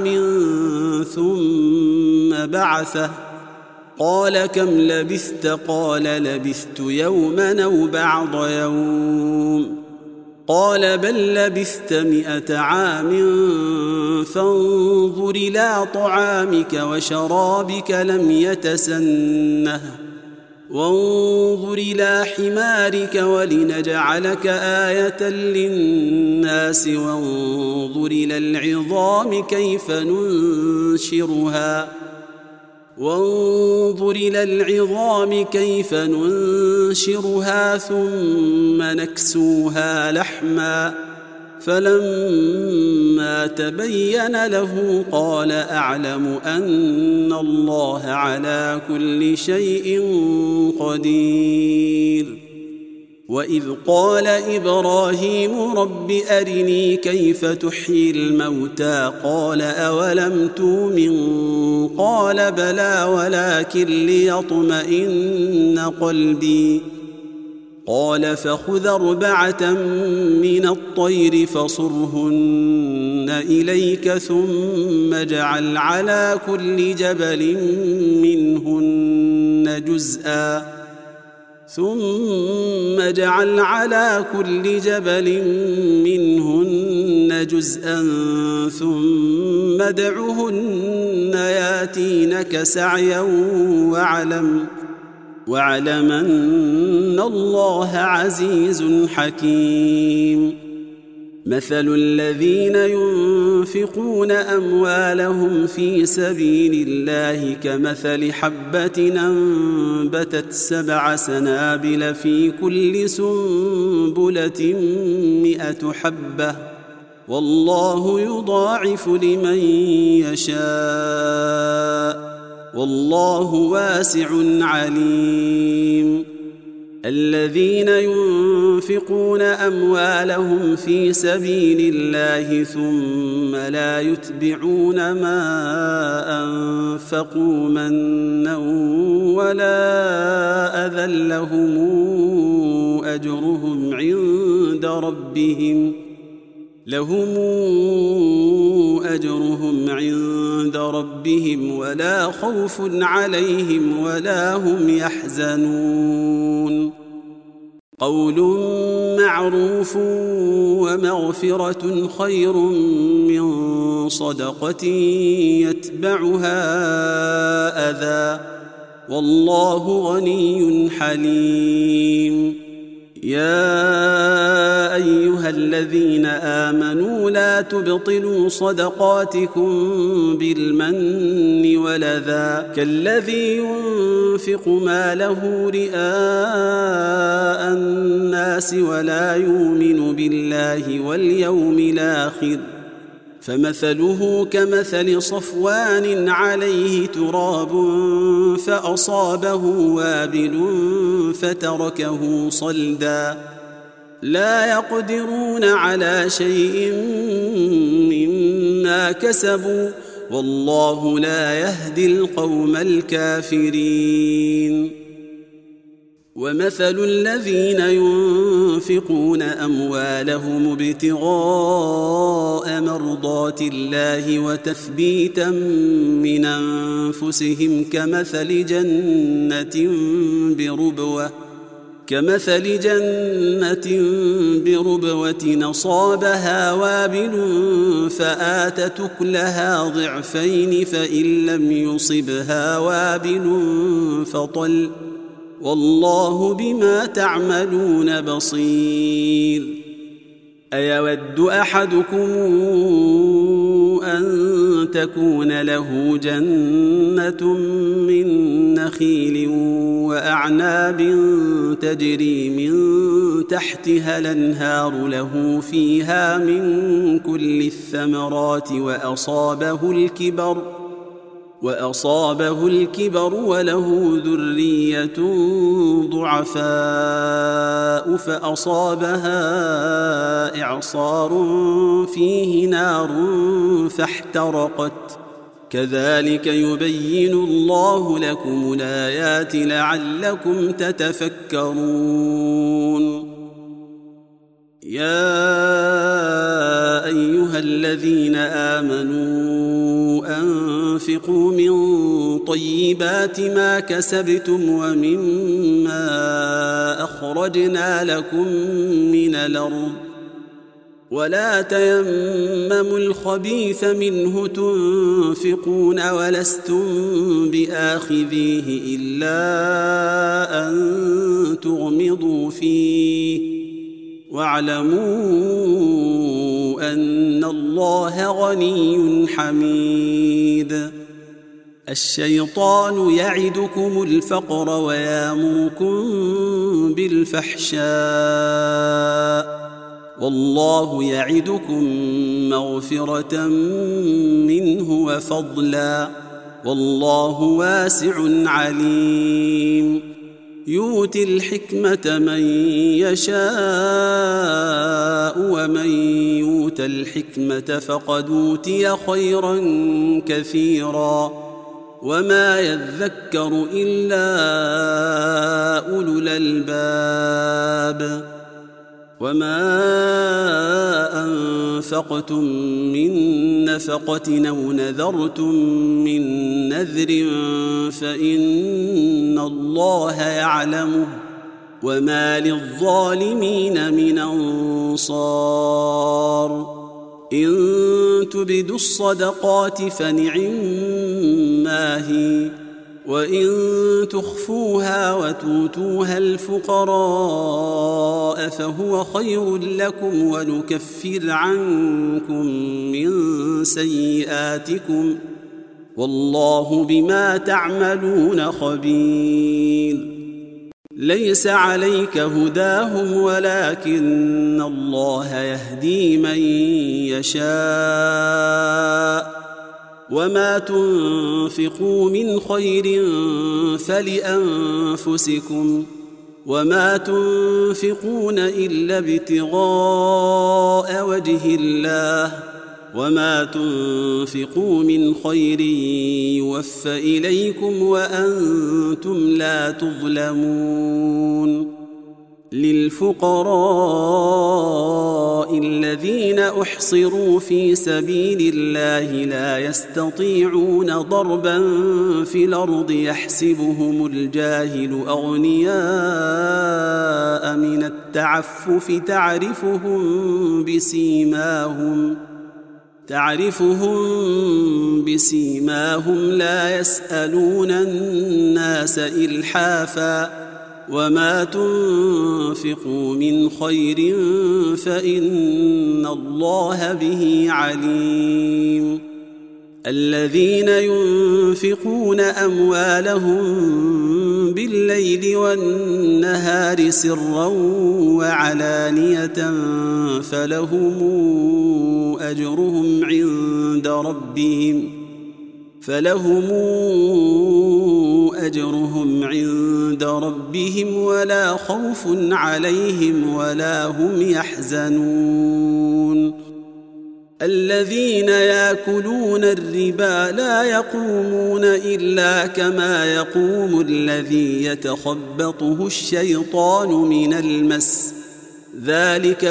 ثم بعثه قال كم لبثت قال لبثت يوما أو بعض يوم قال بل لبثت مئة عام فانظر إلى طعامك وشرابك لم يتسنه وانظر إلى حمارك ولنجعلك آية للناس وانظر إلى العظام كيف ننشرها وانظر إلى العظام كيف ننشرها ثم نكسوها لحما فلما تبين له قال أعلم أن الله على كل شيء قدير. وإذ قال إبراهيم رب أرني كيف تحيي الموتى قال أولم تؤمن قال بلى ولكن ليطمئن قلبي قال فخذ أربعة من الطير فصرهن إليك ثم اجعل على كل جبل منهن جزءا ثم اجعل على كل جبل منهن جزءا ثم ادعهن ياتينك سعيا واعلم واعلم أن الله عزيز حكيم. مثل الذين ينفقون أموالهم في سبيل الله كمثل حبة أنبتت سبع سنابل في كل سنبلة مئة حبة والله يضاعف لمن يشاء والله واسع عليم. الذين ينفقون أموالهم في سبيل الله ثم لا يتبعون ما أنفقوا منا ولا أذى لهم أجرهم عند ربهم لهم أجرهم عند ربهم ولا خوف عليهم ولا هم يحزنون. قول معروف ومغفرة خير من صدقة يتبعها أذى والله غني حليم. يا أيها الذين آمنوا لا تبطلوا صدقاتكم بالمن والأذى كالذي ينفق ماله رئاء الناس ولا يؤمن بالله واليوم الآخر فمثله كمثل صفوان عليه تراب فأصابه وابل فتركه صلدا لا يقدرون على شيء مما كسبوا والله لا يهدي القوم الكافرين. ومثل الذين ينفقون أموالهم ابتغاء مرضات الله وتثبيتا من أنفسهم كمثل جنة بربوة كمثل جنة بربوة أصابها وابل فآتت أكلها ضعفين فإن لم يصبها وابل فطل والله بما تعملون بصير. أيود أحدكم أن تكون له جنة من نخيل وأعناب تجري من تحتها الأنهار له فيها من كل الثمرات وأصابه الكبر وأصابه الكبر وله ذرية ضعفاء فأصابها إعصار فيه نار فاحترقت كذلك يبين الله لكم الآيات لعلكم تتفكرون. يا أيها الذين آمنوا أنفقوا من طيبات ما كسبتم ومما أخرجنا لكم من الأرض ولا تيمموا الخبيث منه تنفقون ولستم بآخذيه إلا أن تغمضوا فيه واعلموا أن الله غني حميد. الشيطان يعدكم الفقر ويامركم بالفحشاء والله يعدكم مغفرة منه وفضلا والله واسع عليم. يؤتي الحكمة من يشاء ومن يؤت الحكمة فقد أوتي خيرا كثيرا وما يذكر إلا أولو الألباب. وما أنفقتم من نفقة أو نذرتم من نذر فإن الله يعلمه وما للظالمين من أنصار. إن تبدوا الصدقات فنعما هي وإن تخفوها وتؤتوها الفقراء فهو خير لكم ونكفر عنكم من سيئاتكم والله بما تعملون خبير. ليس عليك هداهم ولكن الله يهدي من يشاء وما تنفقوا من خير فلأنفسكم وما تنفقون إلا ابتغاء وجه الله وما تنفقوا من خير يوفى إليكم وأنتم لا تظلمون. للفقراء الذين أحصروا في سبيل الله لا يستطيعون ضربا في الأرض يحسبهم الجاهل أغنياء من التعفف تعرفهم بسيماهم تعرفهم بسيماهم لا يسألون الناس إلحافا وما تنفقوا من خير فإن الله به عليم. الذين ينفقون أموالهم بالليل والنهار سرا وعلانية فلهم أجرهم عند ربهم فلهم أجرهم عند ربهم ولا خوف عليهم ولا هم يحزنون. الذين يأكلون الربا لا يقومون إلا كما يقوم الذي يتخبطه الشيطان من المس، ذلك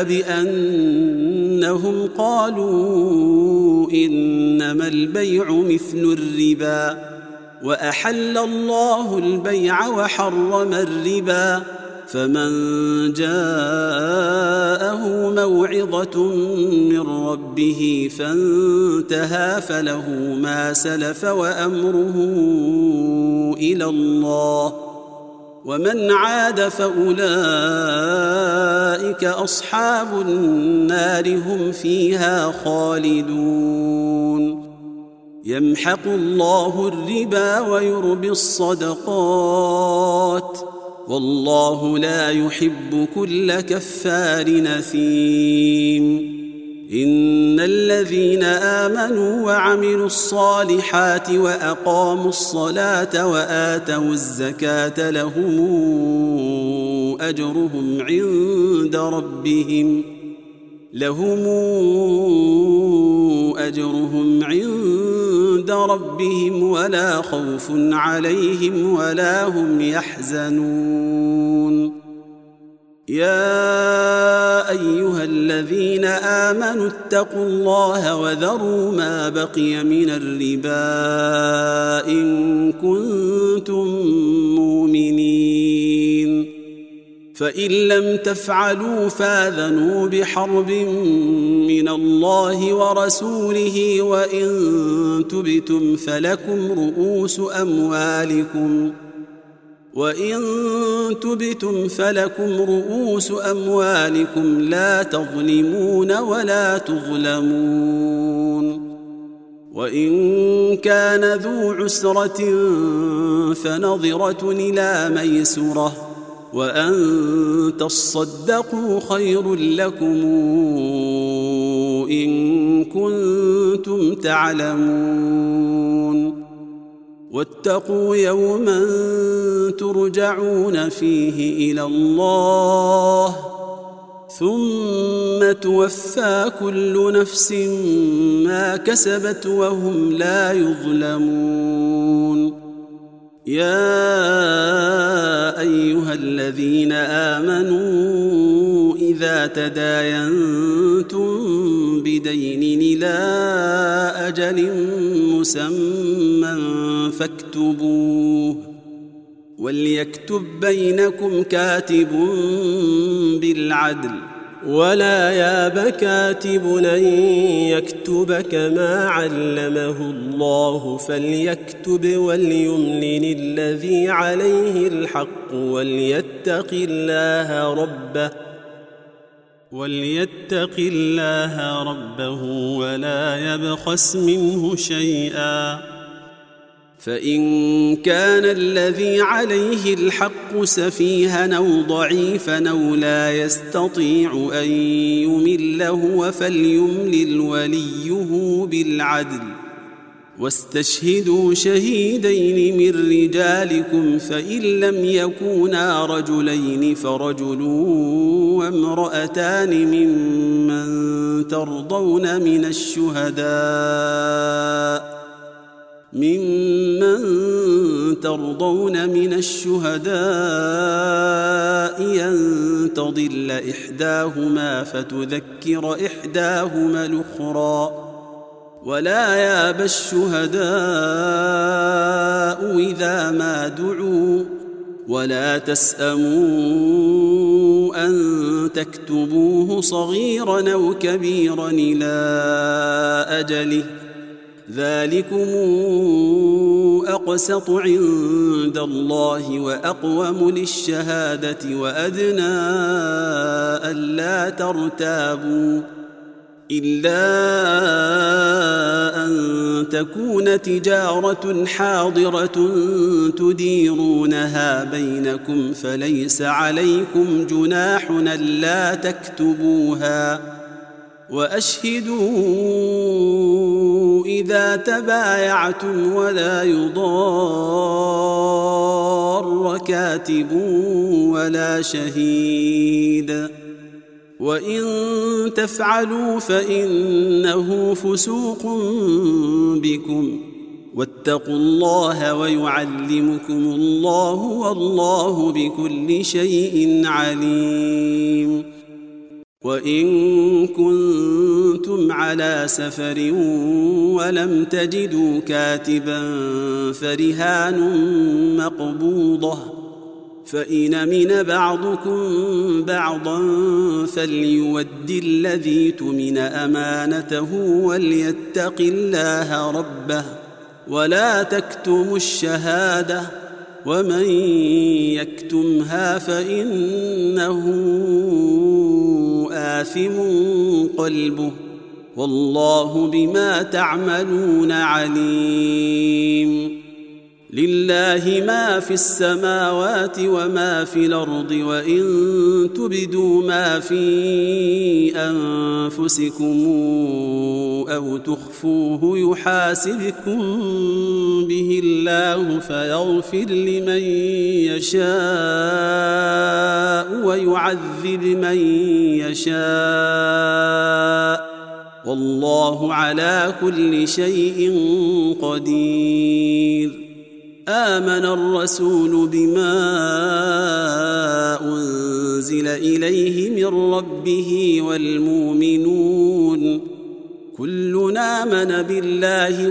بأنهم قالوا إنما البيع مثل الربا، وأحل الله البيع وحرم الربا، فمن جاءه موعظة من ربه فانتهى فله ما سلف وأمره إلى الله، ومن عاد فأولئك أصحاب النار هم فيها خالدون. يمحق الله الربا ويربي الصدقات، والله لا يحب كل كفار نثيم. إن الذين آمنوا وعملوا الصالحات وأقاموا الصلاة وآتوا الزكاة لهم أجرهم عند ربهم لهم أجرهم عند ربهم ولا خوف عليهم ولا هم يحزنون. يا أيها الذين آمنوا اتقوا الله وذروا ما بقي من الربا إن كنتم مؤمنين، فإن لم تفعلوا فاذنوا بحرب من الله ورسوله، وإن تبتم فلكم رؤوس أموالكم وإن تبتم فلكم رؤوس أموالكم لا تظلمون ولا تظلمون. وإن كان ذو عسرة فنظرة إلى ميسرة، وأن تصدقوا خير لكم إن كنتم تعلمون. واتقوا يوما ترجعون فيه إلى الله ثم توفى كل نفس ما كسبت وهم لا يظلمون. يا أيها الذين آمنوا إذا تداينتم بدين إلى أجل مسمى فاكتبوه، وليكتب بينكم كاتب بالعدل، ولا ياب كاتب أن يكتب كما علمه الله فليكتب وليملل الذي عليه الحق وليتق الله ربه وليتق الله ربه ولا يبخس منه شيئا. فإن كان الذي عليه الحق سفيها أو ضعيفا أو لا يستطيع أن يمله فليملل وليه بالعدل، واستشهدوا شهيدين من رجالكم، فإن لم يكونا رجلين فرجل وامرأتان ممن ترضون من الشهداء ممن ترضون من الشهداء أن تضل إحداهما فتذكر إحداهما الأخرى، ولا ياب الشهداء إذا ما دعوا، ولا تسأموا أن تكتبوه صغيرا أو كبيرا إلى أجله، ذلكم أقسط عند الله وأقوم للشهادة وأدنى ألا ترتابوا، إلا أن تكون تجارة حاضرة تديرونها بينكم فليس عليكم جناح ألا تكتبوها، وأشهدوا إذا تبايعتم ولا يضار كاتب ولا شهيد، وإن تفعلوا فإنه فسوق بكم واتقوا الله ويعلمكم الله والله بكل شيء عليم. وإن كنتم على سفر ولم تجدوا كاتبا فرهان مقبوضة فإن أمن بعضكم بعضا فليؤد الذي اؤتمن أمانته وليتق الله ربه ولا تكتموا الشهادة ومن يكتمها فإنه آثم قلبه والله بما تعملون عليم. لله ما في السماوات وما في الأرض وإن تبدوا ما في أنفسكم أو تخفوه يحاسبكم به الله فيغفر لمن يشاء ويعذب من يشاء والله على كل شيء قدير. آمن الرسول بما أنزل إليه من ربه والمؤمنون كلنا آمن بالله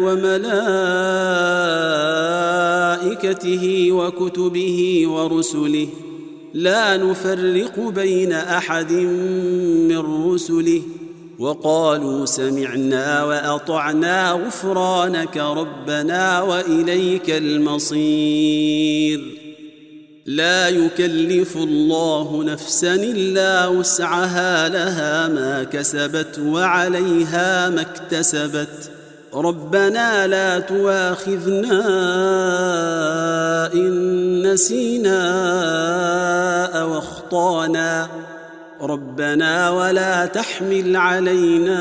وملائكته وكتبه ورسله لا نفرق بين أحد من رسله وقالوا سمعنا وأطعنا غفرانك ربنا وإليك المصير. لا يكلف الله نفسا إلا وسعها لها ما كسبت وعليها ما اكتسبت ربنا لا تؤاخذنا إن نسينا أو أخطأنا ربنا ولا تحمل علينا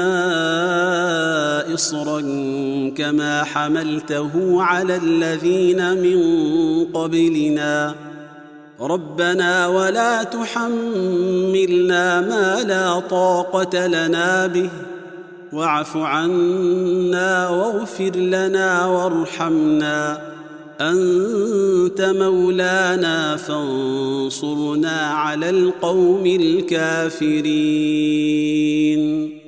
إصرا كما حملته على الذين من قبلنا ربنا ولا تحملنا ما لا طاقة لنا به واعف عنا واغفر لنا وارحمنا أنت مولانا فانصرنا على القوم الكافرين.